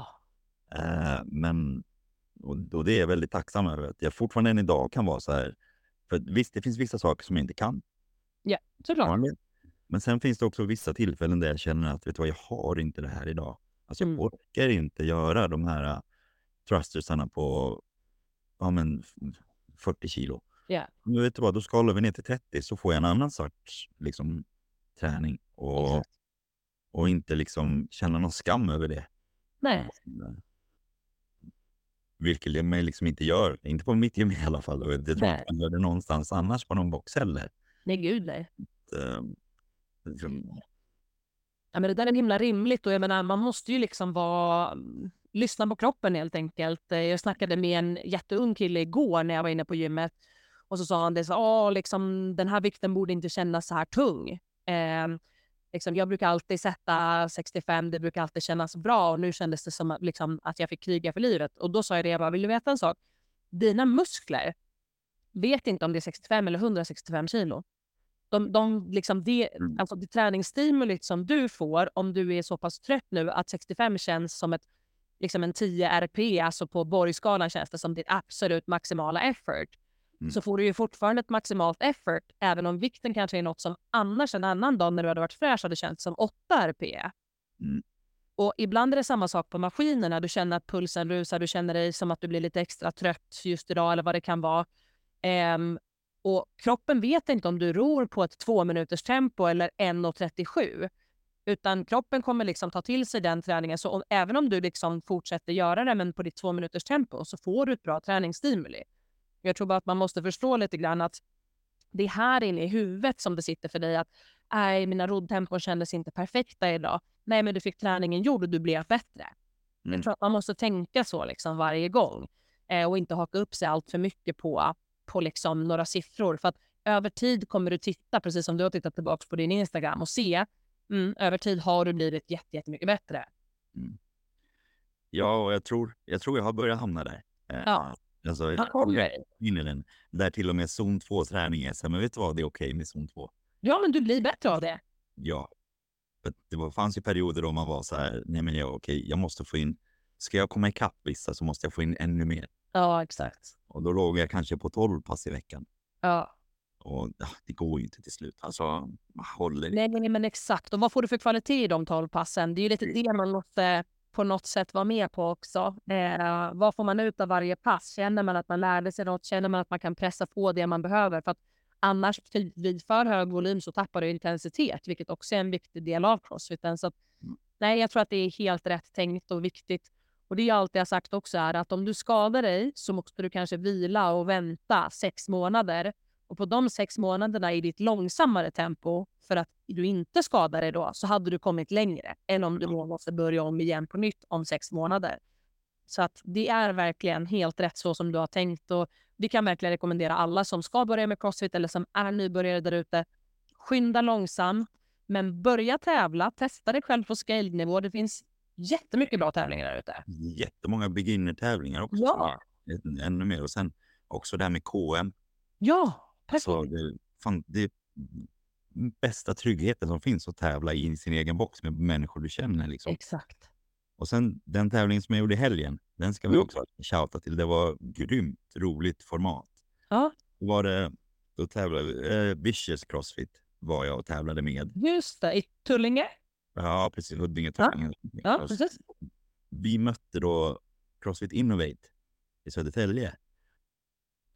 Men och det är jag väldigt tacksam över. Att jag fortfarande än idag kan vara så här. För visst, det finns vissa saker som jag inte kan. Ja, såklart. Men sen finns det också vissa tillfällen där jag känner att vet du vad, jag har inte det här idag. Alltså jag orkar inte göra de här thrustersarna på 40 kilo. Nu vet du vad, då skalar vi ner till 30 så får jag en annan sorts liksom, träning. Och inte liksom känna någon skam över det. Nej. Vilket jag mig liksom inte gör. Inte på mitt gym i alla fall. Och det tror jag inte gör det någonstans annars på någon box heller. Nej, gud nej. Ja, men det där är himla rimligt och jag menar, man måste ju liksom lyssna på kroppen helt enkelt. Jag snackade med en jätteung kille igår när jag var inne på gymmet och så sa han det så, liksom, den här vikten borde inte kännas så här tung. Liksom, jag brukar alltid sätta 65, det brukar alltid kännas bra och nu kändes det som liksom, att jag fick kriga för livet. Och då sa jag det, jag bara, vill du veta en sak? Dina muskler vet inte om det är 65 eller 165 kilo. Alltså det träningsstimulit som du får om du är så pass trött nu att 65 känns som en 10 RP, alltså på Borgskalan känns det som ditt absolut maximala effort. Så får du ju fortfarande ett maximalt effort även om vikten kanske är något som annars en annan dag när du hade varit fräsch hade känts som 8 RP. Och ibland är det samma sak på maskinerna. Du känner att pulsen rusar, du känner dig som att du blir lite extra trött just idag eller vad det kan vara. Och kroppen vet inte om du ror på ett 2 minuters tempo eller 1:37. Utan kroppen kommer liksom ta till sig den träningen. Så även om du liksom fortsätter göra det men på ditt 2 minuters tempo så får du ett bra träningsstimuli. Jag tror bara att man måste förstå lite grann att det är här inne i huvudet som det sitter för dig att mina roddtempon kändes inte perfekta idag. Nej, men du fick träningen gjord och du blev bättre. Jag tror att man måste tänka så liksom varje gång och inte haka upp sig allt för mycket på liksom några siffror. För att över tid kommer du titta, precis som du har tittat tillbaka på din Instagram och se, över tid har du blivit jättemycket bättre. Ja, och jag tror jag har börjat hamna där. Alltså, in i den. Där till och med zon 2-träning är så, men vet du vad, det är okej med zon 2. Ja, men du blir bättre av det. Ja. Det fanns ju perioder då man var så här, nej men jag måste få in, ska jag komma ikapp vissa så måste jag få in ännu mer. Ja, exakt. Och då låg jag kanske på 12 pass i veckan. Ja. Och det går ju inte till slut. Alltså, man håller. Nej, men exakt. Och vad får du för kvalitet i de 12 passen? Det är ju lite det man måste på något sätt vara med på också. Vad får man ut av varje pass? Känner man att man lärde sig något? Känner man att man kan pressa på det man behöver? För att annars vid för hög volym så tappar du intensitet, vilket också är en viktig del av crossfiten. Så nej, jag tror att det är helt rätt tänkt och viktigt. Och det är allt jag sagt också är att om du skadar dig så måste du kanske vila och vänta 6 månader. Och på de 6 månaderna i ditt långsammare tempo för att du inte skadar dig då så hade du kommit längre än om du måste börja om igen på nytt om 6 månader. Så att det är verkligen helt rätt så som du har tänkt och vi kan verkligen rekommendera alla som ska börja med CrossFit eller som är nybörjare där ute. Skynda långsamt men börja tävla, testa dig själv på scale-nivå. Det finns jättemycket bra tävlingar där ute. Jättemånga beginner-tävlingar också. Ja. Ännu mer och sen också det här med KM. Ja. Alltså, det är bästa tryggheten som finns att tävla i sin egen box med människor du känner. Liksom. Exakt. Och sen den tävling som jag gjorde i helgen, den ska vi också shouta till. Det var grymt roligt format. Ja. Då tävlade Vicious CrossFit var jag och tävlade med. Just det, i Tullinge. Ja, precis. Huddinge. Ja, precis. Vi mötte då CrossFit Innovate i Södertälje.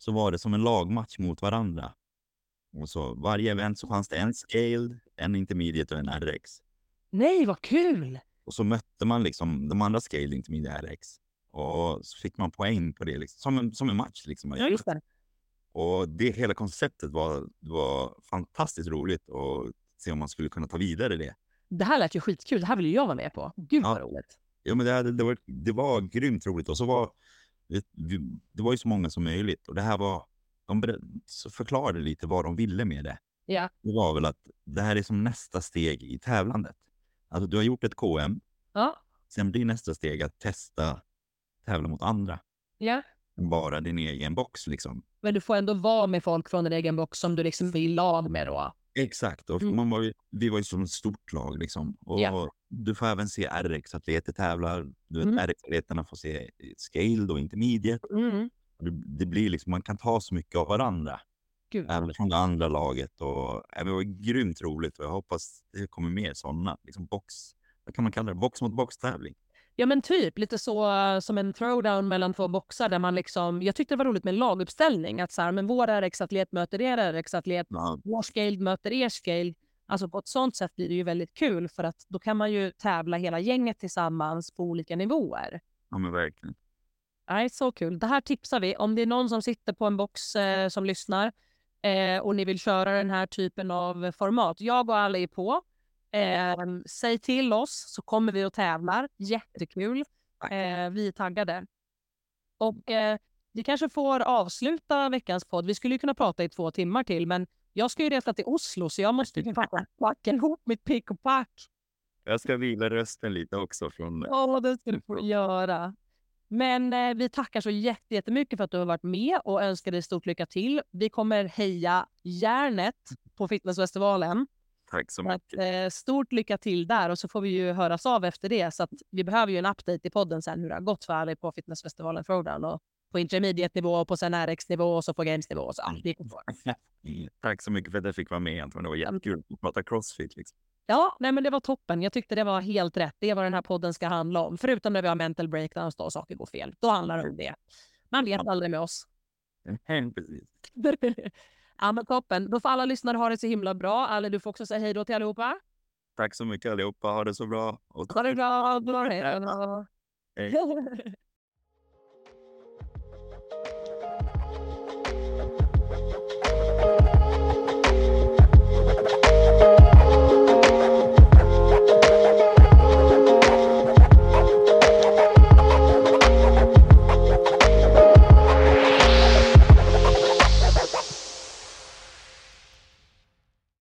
så var det som en lagmatch mot varandra. Och så varje event så fanns det en scaled, en intermediate och en RX. Nej, vad kul! Och så mötte man liksom de andra scaled, intermediate, RX. Och så fick man poäng på det liksom, som en match liksom. Ja, just det. Och det hela konceptet var fantastiskt roligt och se om man skulle kunna ta vidare det. Det här lät ju skitkul. Det här vill ju jag vara med på. Gud vad roligt. Ja, men det var grymt roligt. Och så det var ju så många som möjligt. Och det här var, så förklarade lite vad de ville med det. Ja. Det var väl att det här är som nästa steg i tävlandet. Alltså du har gjort ett KM. Ja. Sen blir nästa steg att tävla mot andra. Ja. Bara din egen box liksom. Men du får ändå vara med folk från din egen box som du liksom är i lag med då. Exakt. Och vi var ju som ett stort lag liksom. Och du får även se RX-atleter tävlar. Du vet, RX-atleterna får se scaled och intermediate. Det blir liksom, man kan ta så mycket av varandra. Gud. Även från det andra laget. Och det var grymt roligt. Och jag hoppas det kommer mer sådana. Liksom vad kan man kalla det? Box mot box-tävling. Ja men typ, lite så som en throwdown mellan två boxar där man liksom, jag tyckte det var roligt med en laguppställning. Att så här, men vår RX-atlet möter er RX-atlet, vår scaled möter er scaled. Alltså på ett sånt sätt blir det ju väldigt kul för att då kan man ju tävla hela gänget tillsammans på olika nivåer. Ja men verkligen. Nej, så kul. Det här tipsar vi. Om det är någon som sitter på en box som lyssnar och ni vill köra den här typen av format. Jag och alla är på. Säg till oss så kommer vi och tävlar. Jättekul. Vi är taggade. Och vi kanske får avsluta veckans podd. Vi skulle ju kunna prata i 2 timmar till, men jag ska ju resa till Oslo så jag måste ju packa ihop mitt pick och pack. Jag ska vila rösten lite också från... Ja, det ska du få göra. Men vi tackar så jättemycket för att du har varit med och önskar dig stort lycka till. Vi kommer heja järnet på fitnessfestivalen. Tack så mycket. Stort lycka till där och så får vi ju höras av efter det. Så att vi behöver ju en update i podden sen hur det har gått för Ali på fitnessfestivalen Throwdown och på intermediate-nivå och på sen RX-nivå och så på games-nivå och så allt. Tack så mycket för att jag fick vara med Anton. Det var jättekul att prata crossfit liksom. Ja, nej men det var toppen. Jag tyckte det var helt rätt. Det är vad den här podden ska handla om. Förutom när vi har mental breakdowns då och saker går fel. Då handlar det om det. Man vet aldrig med oss. Precis. Ja men toppen. Då får alla lyssnare ha det så himla bra. Eller du får också säga hej då till allihopa. Tack så mycket allihopa. Ha det så bra. Ha det bra. Hej.